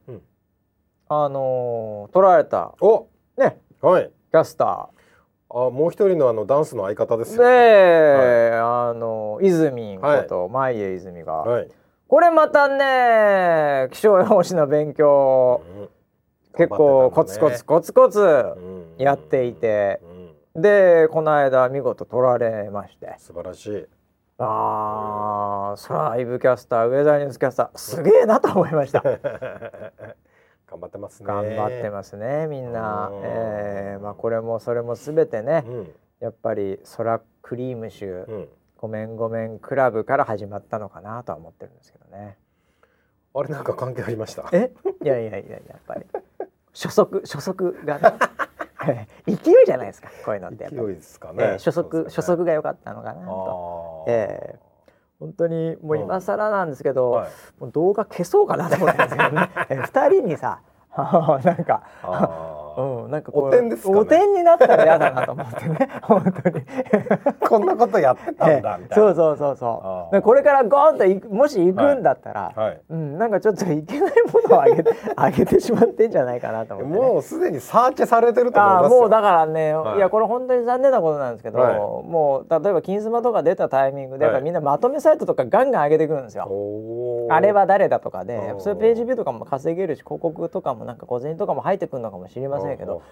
取られたね、 はい、 キャスター、もう一人のダンスの相方ですよね。泉こと前江泉が、これまたね気象予報士の勉強、結構コツコツやっていて、でこの間見事取られまして、 素晴らしい。 ソライブキャスター、ウェザーニュースキャスターすげえなと思いました。 頑張ってますね。 頑張ってますねみんな。これもそれも全てね、やっぱりソラクリーム州、ごめんクラブから始まったのかなとは思ってるんですけどね。 あれなんか関係ありました？ いややっぱり初速がね勢いじゃないですか、こういうのってやっぱり。 勢いですかね。 初速が良かったのかなと。本当にもう今更なんですけど、もう動画消そうかなと思ってるんですけどね。2人にさなんかなんかお点ですかね。 お点になったら嫌だなと思ってね。本当にこんなことやってたんだみたいな。 そう。これからゴーンともし行くんだったら、なんかちょっといけないものをあげてしまってんじゃないかなと思って、 もうすでにサーチされてると思いますよ。 もうだからね、いやこれ本当に残念なことなんですけど、もう例えば金スマとか出たタイミングでやっぱみんなまとめサイトとかガンガン上げてくるんですよ。あれは誰だとかで、そういうページビューとかも稼げるし、広告とかもなんか小銭とかも入ってくるのかもしれませんけど、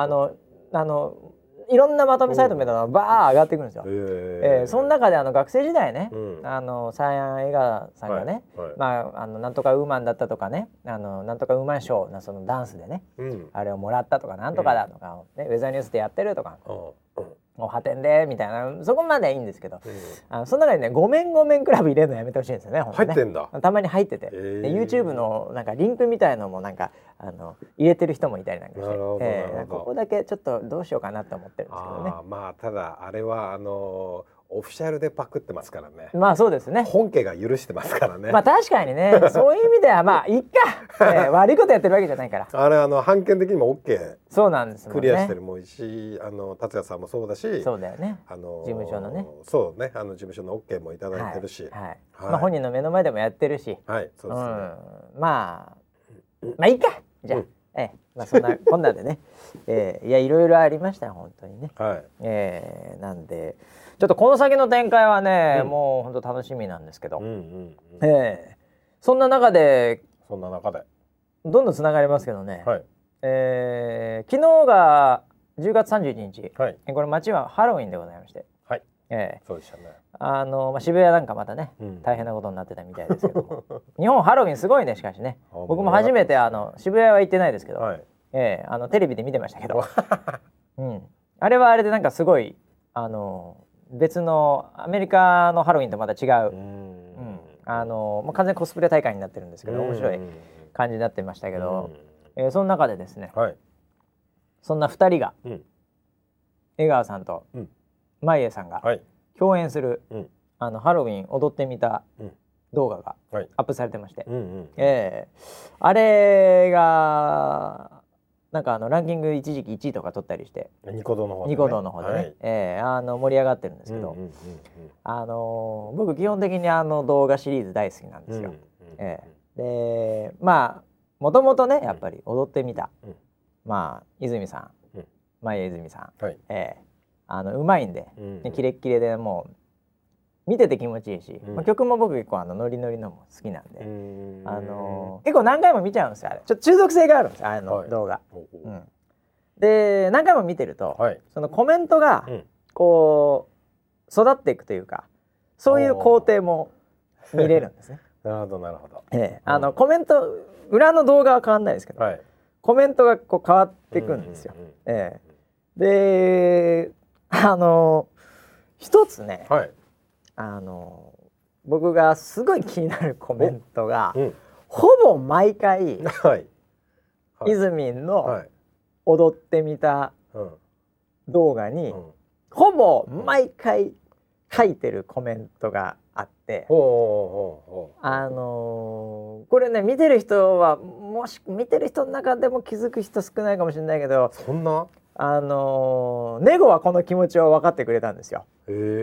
いろんなまとめサイトみたいなのがバー上がってくるんですよ。その中で学生時代ね、サイアン・エガーさんがね、なんとかウーマンだったとかね、なんとかウーマン賞のそのダンスでね、あれをもらったとかなんとかだとか、ウェザーニュースでやってるとか、 もう破天でみたいな、そこまではいいんですけど、その中にねごめんごめんクラブ入れるのやめてほしいんですよね。 入ってんだ。 たまに入ってて、で YouTube のなんかリンクみたいのもなんか入れてる人もいたりなんかして、ここだけちょっとどうしようかなと思ってるんですけどね。 まあただあれはオフィシャルでパクってますからね。 まあそうですね。 本家が許してますからね。 まあ確かにね、そういう意味ではまあいいか、悪いことやってるわけじゃないから。 あれ版権的にも OK。 そうなんですもんね。 クリアしてるもいいし、達也さんもそうだし。 そうだよね。事務所のね。 そうね、事務所の OK もいただいてるし。 まあ本人の目の前でもやってるし。 はい、そうですね。 まあいいか。じゃあ、まあそんなこんなでね、いやいろいろありましたよ本当にね。 はい。 なんで。ちょっとこの先の展開はね、もう本当楽しみなんですけど、そんな中でどんどんつながりますけどね、 はい、 昨日が10月31日、 はい、 これ街はハロウィンでございまして、 はい、そうでしたね。 渋谷なんかまたね、大変なことになってたみたいですけども日本ハロウィンすごいね。しかしね、僕も初めて渋谷は行ってないですけど、はい、テレビで見てましたけど、あれはあれでなんかすごい別のアメリカのハロウィンとまた違う、もう完全にコスプレ大会になってるんですけど、面白い感じになってましたけど、その中でですね、 はい、 そんな2人が、江川さんとまいえさんが共演する、ハロウィン踊ってみた動画がアップされてまして、あれがなんかランキング一時期1位とか取ったりして、 ニコ動の方でね、盛り上がってるんですけど、僕基本的に動画シリーズ大好きなんですよ。でまあもともとねやっぱり踊ってみた、まあ泉さん、前泉さん、うまいんで、キレッキレでもう見てて気持ちいいし、曲も僕結構ノリノリのも好きなんで、結構何回も見ちゃうんですよ。あれちょっと中毒性があるんですよ、動画。で何回も見てると、そのコメントがこう育っていくというか、そういう工程も見れるんですね。 なるほどなるほど。 コメント裏の動画は変わんないですけど、コメントがこう変わっていくんですよ。で一つね、僕がすごい気になるコメントが、ほぼ毎回、イズミンの踊ってみた動画に、ほぼ毎回書いてるコメントがあって、これね見てる人はもし見てる人の中でも気づく人少ないかもしれないけど、 そんなネゴはこの気持ちを分かってくれたんですよ。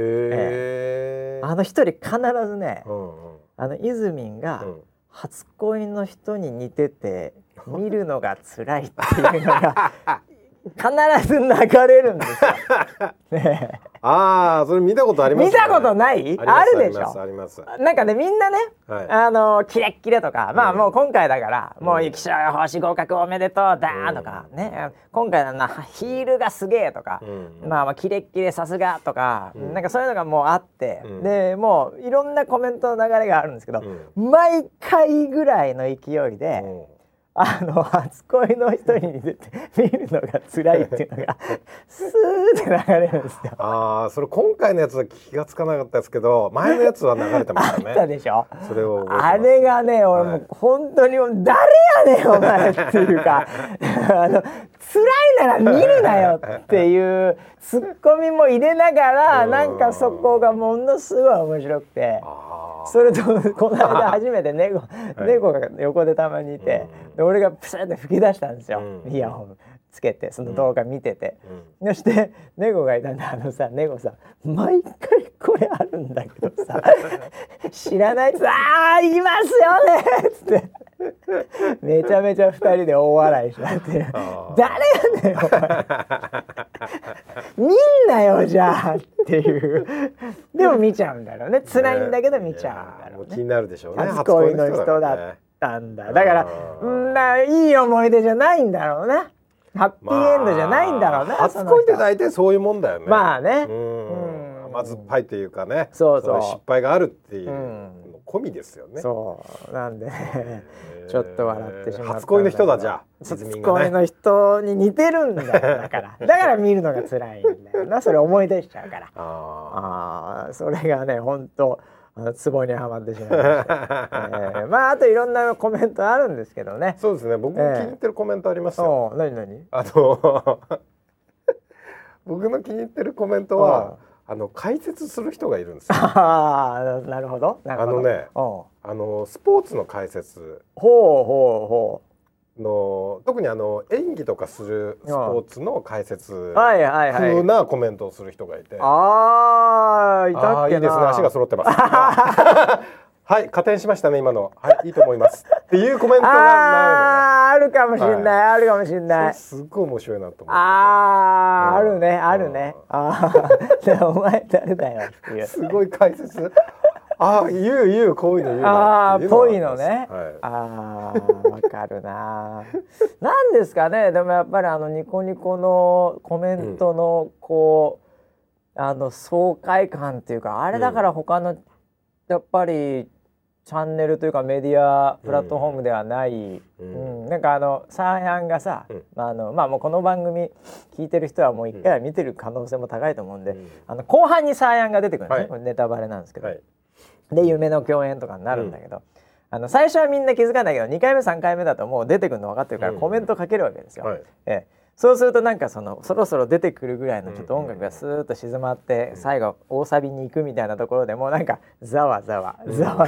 一人必ずね、イズミンが初恋の人に似てて見るのが辛いっていうのが必ず流れるんですよ。ね、 それ見たことありますね。 見たことない？あるでしょ。 あります。 なんかねみんなね、キレッキレとか、まあもう今回だからもう気象予報士合格おめでとうだーとかね、今回のヒールがすげえとか、まあキレッキレさすがとか、なんかそういうのがもうあって、でもういろんなコメントの流れがあるんですけど、毎回ぐらいの勢いで。初恋の人に似てて見るのが辛いっていうのがスーって流れるんですよ。 それ今回のやつは気がつかなかったですけど、前のやつは流れてましたね。 あったでしょ。 それをあれがね、俺もう本当に誰やねんお前っていうか辛いなら見るなよっていうツッコミも入れながら、なんかそこがものすごい面白くて。それとこの間初めてネゴが横でたまにいて、で俺がプシャって吹き出したんですよ、イヤホンつけてその動画見てて、そしてネゴがいたんで、ネゴさ毎回これあるんだけどさ知らないっつっていますよねっつってめちゃめちゃ2人で大笑いしちゃって誰やねんお前見んなよじゃあっていうでも見ちゃうんだろうね。辛いんだけど見ちゃうんだろうね。 気になるでしょうね。 初恋の人だったんだ。だからいい思い出じゃないんだろうな。ハッピーエンドじゃないんだろうな。 初恋って大体そういうもんだよね。 まあね。 甘酸っぱいというかね。 そう失敗があるっていう。 込みですよね。 そうなんで、ちょっと笑ってしまった。 初恋の人だ。じゃあ初恋の人に似てるんだよ。だから見るのが辛いんだよな。それ思い出しちゃうから。それがね本当ツボにはまってしまいました。まああといろんなコメントあるんですけどね。 そうですね。僕も気に入ってるコメントありますよ。 何僕の気に入ってるコメントは解説する人がいるんですよ。 なるほど。スポーツの解説の特に演技とかするスポーツの解説風なコメントをする人がいて、いたっけな。いいですね。足が揃ってます。はい、加点しましたね今の。はい、いいと思いますっていうコメントがあるかもしれない、あるかもしれない。 すっごい面白いなと思って。 あるね。お前誰だよっていう。 すごい解説。言うこういうの言うなっていうのぽいのね。わかるな。なんですかね。でもやっぱりニコニコのコメントの爽快感っていうか、あれだから他のやっぱりチャンネルというかメディアプラットフォームではない、なんかサーヤンがさ、もうこの番組聞いてる人はもう一回は見てる可能性も高いと思うんで、後半にサーヤンが出てくるんですね。これネタバレなんですけど、で夢の共演とかになるんだけど、最初はみんな気づかないけど2回目3回目だともう出てくるの分かってるからコメントかけるわけですよ。そうするとなんかそろそろ出てくるぐらいのちょっと音楽がスーッと静まって最後大サビに行くみたいなところでもうなんかざわざわ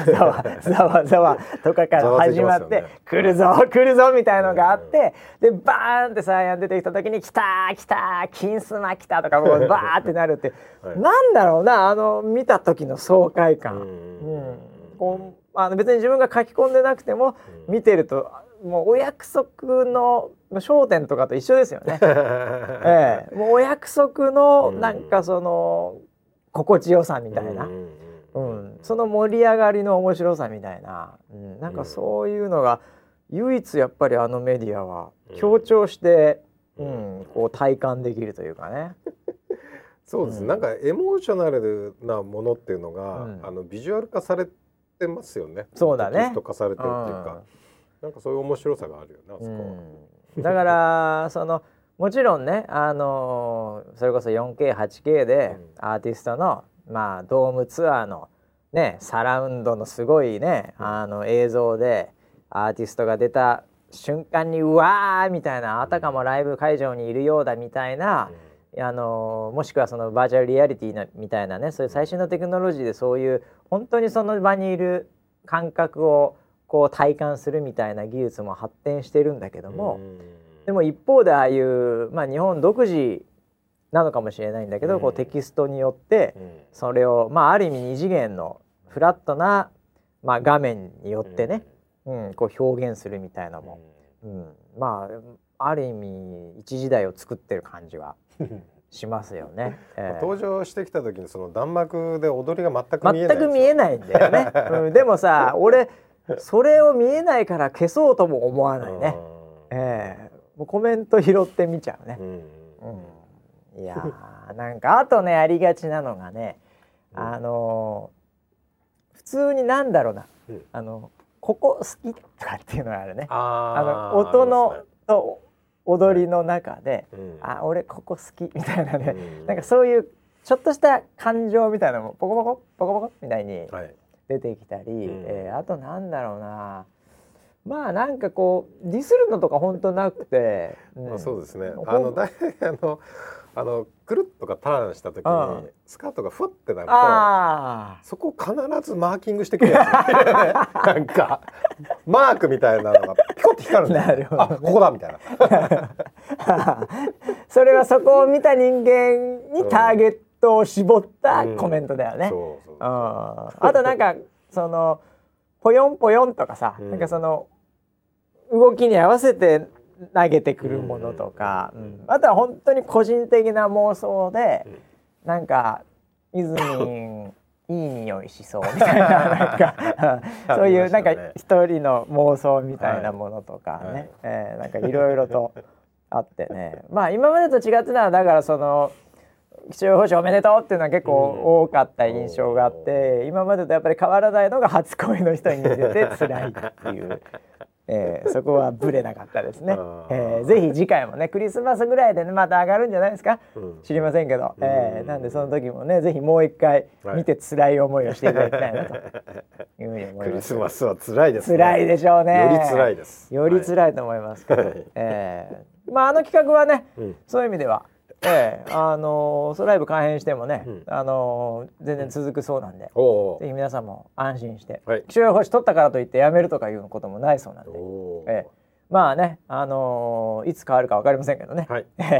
とかから始まって来るぞみたいのがあって、でバーンってサーヤン出てきた時に来た金スマ来たとかもうバーってなるってなんだろうな、見た時の爽快感。別に自分が書き込んでなくても見てるともうお約束の焦点とかと一緒ですよね。もうお約束のなんかその心地よさみたいな、その盛り上がりの面白さみたいな、なんかそういうのが唯一やっぱりメディアは強調して、こう体感できるというかね。 そうです。なんかエモーショナルなものっていうのが、ビジュアル化されてますよね。 そうだね。 テキスト化されてるっていうか。なんかそういう面白さがあるよな、そこは。 だからもちろんね、それこそ 4K、8K でアーティストの、ドームツアーのねサラウンドのすごいね映像でアーティストが出た瞬間にうわーみたいな、あたかもライブ会場にいるようだみたいな、もしくはそのバーチャルリアリティみたいなね、そういう最新のテクノロジーでそういう本当にその場にいる感覚をこう体感するみたいな技術も発展してるんだけども、でも一方でああいう、日本独自なのかもしれないんだけど、こうテキストによってそれを、ある意味二次元のフラットな、画面によってね、こう表現するみたいなのも、ある意味一時代を作ってる感じはしますよね。 登場してきた時にその弾幕で踊りが全く見えないんだよね。でもさ、俺それを見えないから消そうとも思わないね。もうコメント拾ってみちゃうね。いやなんかあとねありがちなのがね、普通になんだろうな、ここ好きとかっていうのがあるね。音のと踊りの中で、俺ここ好きみたいなね、なんかそういうちょっとした感情みたいなのもポコポコみたいに出てきたり、あとなんだろうな、なんかこうディスるのとか本当なくて、 そうですね。大体くるっとかターンした時にスカートがふわってなると、そこ必ずマーキングしてくるやつ、なんかマークみたいなのがピコッて光るんだよ。ここだみたいな。 それはそこを見た人間にターゲットを絞ったコメントだよね。あとなんかそのポヨンポヨンとかさ、なんかその動きに合わせて投げてくるものとか、あとは本当に個人的な妄想で、なんかいずみんいい匂いしそうみたいな、なんかそういうなんか一人の妄想みたいなものとかね、なんかいろいろとあってね、今までと違ってたのはだからその気象予報士おめでとうっていうのは結構多かった印象があって、今までとやっぱり変わらないのが初恋の人に似てて辛いっていう。そこはブレなかったですね。ぜひ次回もねクリスマスぐらいでねまた上がるんじゃないですか、知りませんけど、なんでその時もねぜひもう一回見て辛い思いをしていただきたいなというふうに思います。 クリスマスは辛いですね。 辛いでしょうね。 より辛いです。 より辛いと思いますけど、まあ企画はね、そういう意味ではソライブ改編してもね、全然続くそうなんで、ぜひ皆さんも安心して、気象予報士取ったからといってやめるとかいうこともないそうなんで、まあね、いつ変わるか分かりませんけどね、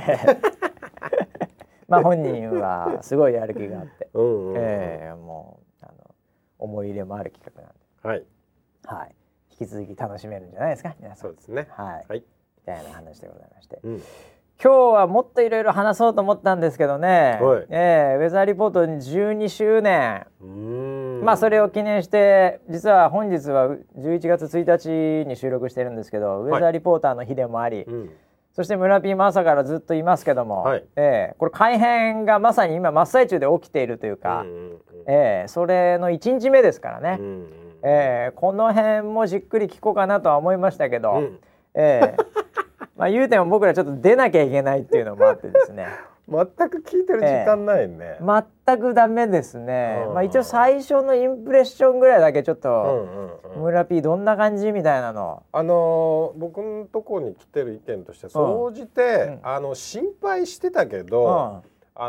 まあ本人はすごいやる気があって、もう思い入れもある企画なんで、はい、引き続き楽しめるんじゃないですか皆さん。 そうですね。 はい、みたいな話でございまして。今日はもっといろいろ話そうと思ったんですけどね、ウェザーリポート12周年、まあそれを記念して実は本日は11月1日に収録してるんですけど、ウェザーリポーターの日でもあり、そして村 P も朝からずっといますけども、これ改編がまさに今真っ最中で起きているというか、それの1日目ですからね、この辺もじっくり聞こうかなとは思いましたけど、まあ言うても僕らちょっと出なきゃいけないっていうのもあってですね全く聞いてる時間ないね、 全くダメですね。まあ一応最初のインプレッションぐらいだけちょっと村 P どんな感じみたいなの、 僕のとこに来てる意見として総じて、心配してたけど、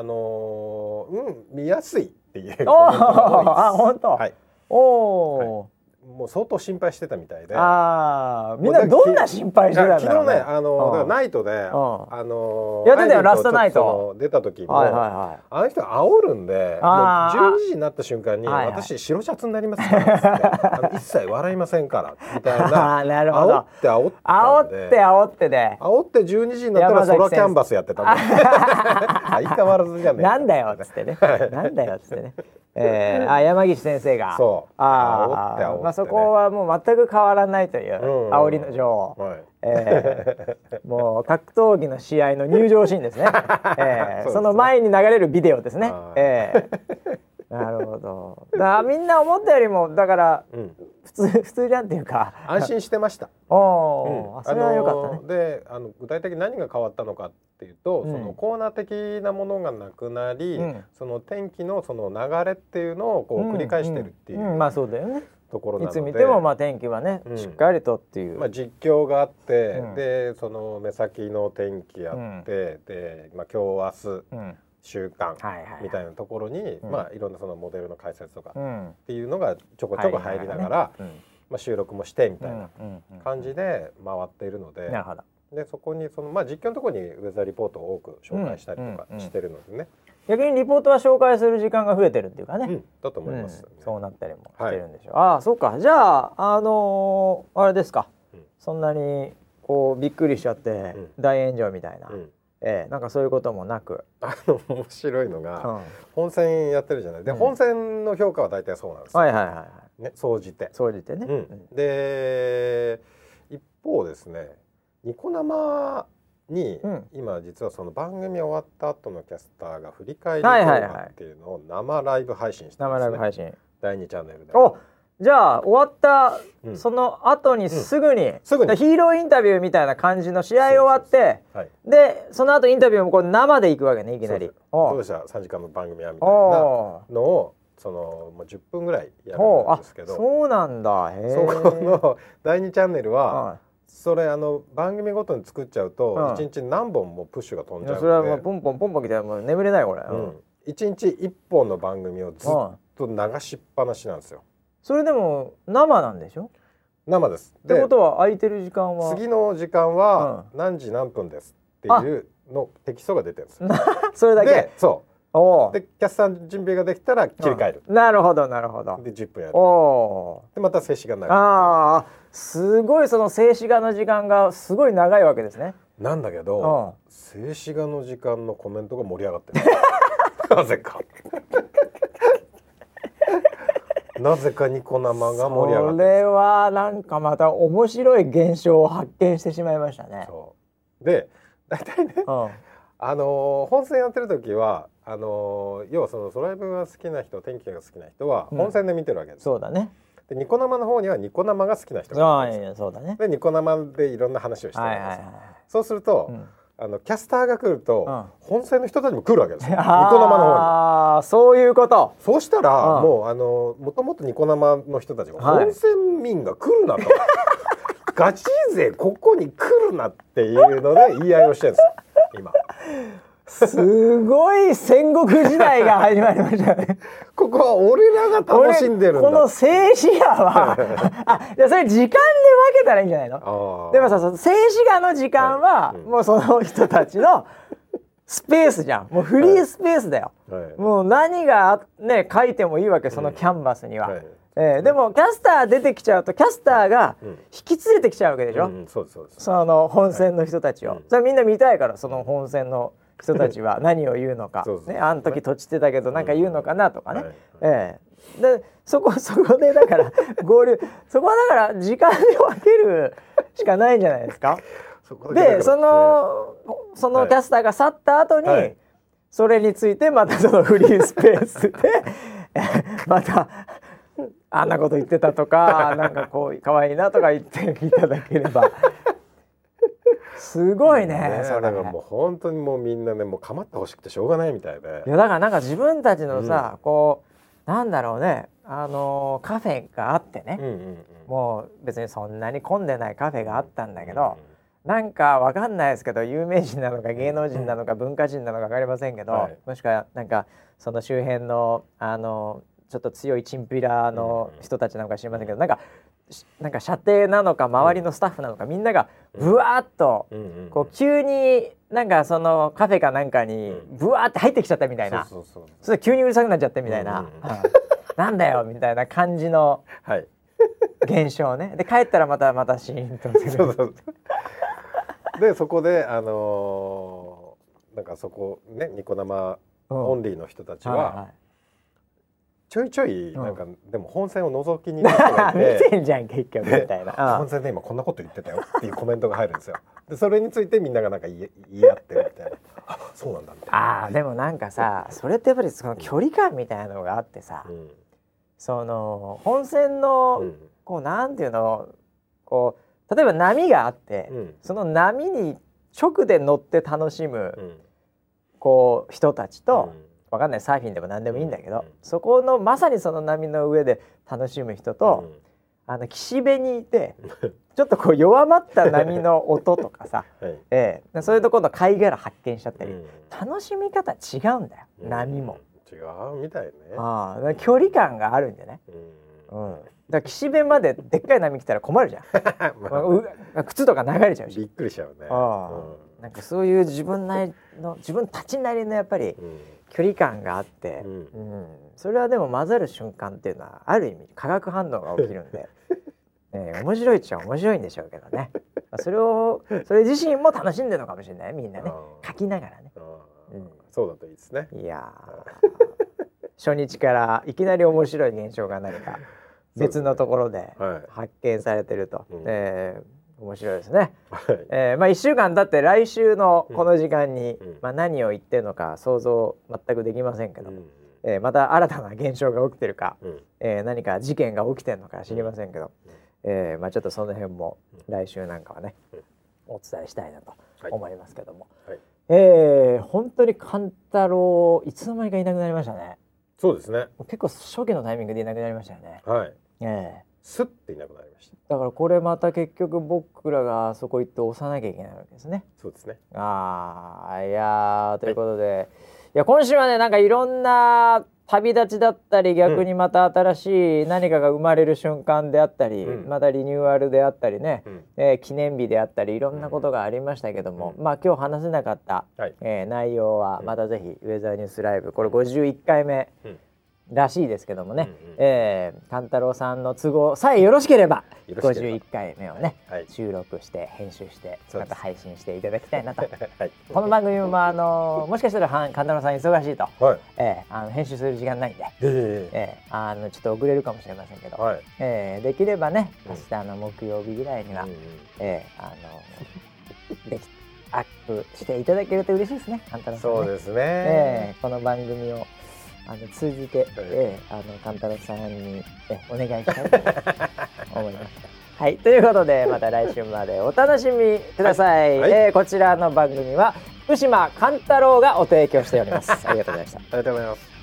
見やすいっていうコメントが多いです。 あ、本当。はい。おお。 もう相当心配してたみたいで、 みんなどんな心配してたんだろうね。 昨日ね、だからナイトでやってたよ、ラストナイト出た時も、あの人が煽るんで、もう12時になった瞬間に私白シャツになりますからって一切笑いませんからみたいな煽って煽って12時になったらソラキャンバスやってたんで相変わらずじゃねえなんだよっつってねなんだよっつってね山岸先生がそう煽ってまあそこはもう全く変わらないという煽りの女王、もう格闘技の試合の入場シーンですね、その前に流れるビデオですね。なるほど。みんな思ったよりもだから、普通じゃんっていうか安心してました。 それは良かったね。 で具体的に何が変わったのかっていうと、そのコーナー的なものがなくなり、その天気のその流れっていうのをこう繰り返してるっていう、 まあそうだよね。 ところなので、 いつ見てもまあ天気はね、しっかりとっていう、 実況があって、でその目先の天気あって、で今日明日、週間みたいなところに、まあいろんなそのモデルの解説とかっていうのがちょこちょこ入りながら、まあ収録もしてみたいな感じで回っているので、でそこにそのまあ実況のところにウェザーリポートを多く紹介したりとかしてるのでね。 逆にリポートは紹介する時間が増えてるっていうかね、 だと思います、 そうなったりもしてるんでしょう。ああそうか。じゃああれですか、そんなにこうびっくりしちゃって大炎上みたいな、なんかそういうこともなく、 面白いのが、本戦やってるじゃないで、本戦の評価は大体そうなんですよ、総じてね、で一方ですね、ニコ生に、今実はその番組終わった後のキャスターが振り返り動画っていうのを生ライブ配信してますね。生ライブ配信第2チャンネルで。 じゃあ終わった、その後にすぐにヒーローインタビューみたいな感じの試合終わって、でその後インタビューもこう生で行くわけね、いきなり。 どうでした3時間の番組はみたいなのをその10分ぐらいやるんですけど、 そうなんだ。 そこの第2チャンネルは、それ番組ごとに作っちゃうと1日何本もプッシュが飛んじゃうので、 それはもうポンポンポンポン来てもう眠れないこれ。 1日1本の番組をずっと流しっぱなしなんですよ。 それでも生なんでしょ？ 生です。 ってことは空いてる時間は次の時間は何時何分ですっていうのテキストが出てるんですよ。 それだけ。 ででキャスターの準備ができたら切り替える。 なるほどなるほど。 で10分やる。でまた静止画になる。 すごいその静止画の時間がすごい長いわけですね。 なんだけど、静止画の時間のコメントが盛り上がってる。なぜか。なぜかニコ生が盛り上がってる。 それはなんかまた面白い現象を発見してしまいましたね。 で大体ね、本戦やってる時は要はそのドライブが好きな人、天気が好きな人は本線で見てるわけです、 そうだね。 でニコ生の方にはニコ生が好きな人がいるんですよ。 そうだね。 でニコ生でいろんな話をしてるんですよ。そうすると、キャスターが来ると、本線の人たちも来るわけですよ。ニコ生の方に。 ああ、そういうこと。 そうしたら、もともとニコ生の人たちが本線民が来るなと、ガチ勢ここに来るなっていうので言い合いをしてるんですよ今。 すごい戦国時代が始まりましたね。 ここは俺らが楽しんでるんだ。 この静止画はじゃあそれ時間で分けたらいいんじゃないの。でもさ、その静止画の時間は、もうその人たちのスペースじゃん。もうフリースペースだよ、もう何がね書いてもいいわけ、そのキャンバスには。でもキャスター出てきちゃうとキャスターが引き連れてきちゃうわけでしょ、 そうですそうです。 その本線の人たちを、それみんな見たいから、その本線の人たちは何を言うのか、ね、あの時とちってたけど何か言うのかなとかね、でそこでだから合流、そこはだから時間で分けるしかないんじゃないですか。でそのキャスターが去った後に、それについてまたそのフリースペースでまたあんなこと言ってたとか、なんかこう可愛いなとか言っていただければ。すごいね、それ。 だからもう本当にもうみんなね、もう構ってほしくてしょうがないみたいで。 いやだからなんか自分たちのさ、こうなんだろうね、カフェがあってね、もう別にそんなに混んでないカフェがあったんだけど、なんかわかんないですけど、有名人なのか芸能人なのか文化人なのかわかりませんけど、もしくはなんかその周辺のちょっと強いチンピラの人たちなのか知りませんけど、なんか射程なのか周りのスタッフなのか、みんながブワーッとこう急になんかそのカフェかなんかにブワーって入ってきちゃったみたいな、それ急にうるさくなっちゃってみたいな、なんだよみたいな感じの現象ね。で帰ったらまたシーンとする。 でそこでなんかそこね、ニコ生オンリーの人たちはちょいちょいなんか、でも本線を覗きになって見てんじゃん結局みたいな。 本線で今こんなこと言ってたよっていうコメントが入るんですよ。でそれについてみんながなんか言い合ってるみたいな。あ、そうなんだみたいな。 でもなんかさ、それってやっぱりその距離感みたいなのがあってさ、その本線のこうなんていうの、こう例えば波があって、その波に直で乗って楽しむこう人たちと、わかんないサーフィンでも何でもいいんだけど、そこのまさにその波の上で楽しむ人と、岸辺にいてちょっとこう弱まった波の音とかさ、そういうところの貝殻発見しちゃったり、楽しみ方違うんだよ、波も違うみたいね。 距離感があるんでね。だから岸辺まででっかい波来たら困るじゃん。靴とか流れちゃうし。 びっくりしちゃうね。 なんかそういう自分たちなりのやっぱり距離感があって、それはでも混ざる瞬間っていうのはある意味化学反応が起きるんで、面白いっちゃ面白いんでしょうけどね。それ自身も楽しんでるのかもしれない、みんなね、書きながらね。 そうだといいですね。 いや初日からいきなり面白い現象が何か別のところで発見されてると、面白いですね。1週間経って来週のこの時間に、何を言ってるのか想像全くできませんけど、また新たな現象が起きてるか、何か事件が起きてるのか知りませんけど、ちょっとその辺も来週なんかはね、お伝えしたいなと思いますけども、本当に勘太郎いつの間にかいなくなりましたね。 そうですね。 結構初期のタイミングでいなくなりましたよね。 スッていなくなりました。 だからこれまた結局僕らがあそこ行って押さなきゃいけないわけですね。 そうですね。 いやということで、いや今週はね、なんかいろんな旅立ちだったり、逆にまた新しい何かが生まれる瞬間であったり、またリニューアルであったりね、記念日であったり、いろんなことがありましたけども、今日話せなかった、内容はまたぜひウェザーニュースライブ、これ51回目らしいですけどもね、勘太郎さんの都合さえよろしければ51回目をね、収録して編集してまた配信していただきたいなと。この番組ももしかしたら勘太郎さん忙しいと、編集する時間ないんで、ちょっと遅れるかもしれませんけど、できればね明日の木曜日ぐらいには、 アップしていただけると嬉しいですね。カンタロウさんね。 そうですね。 この番組を通じて、カンタロウさんに、お願いしたいと思いました。はい、ということでまた来週までお楽しみください。はいはい、こちらの番組は福島カンタロウがお提供しております。ありがとうございました。 ありがとうございます。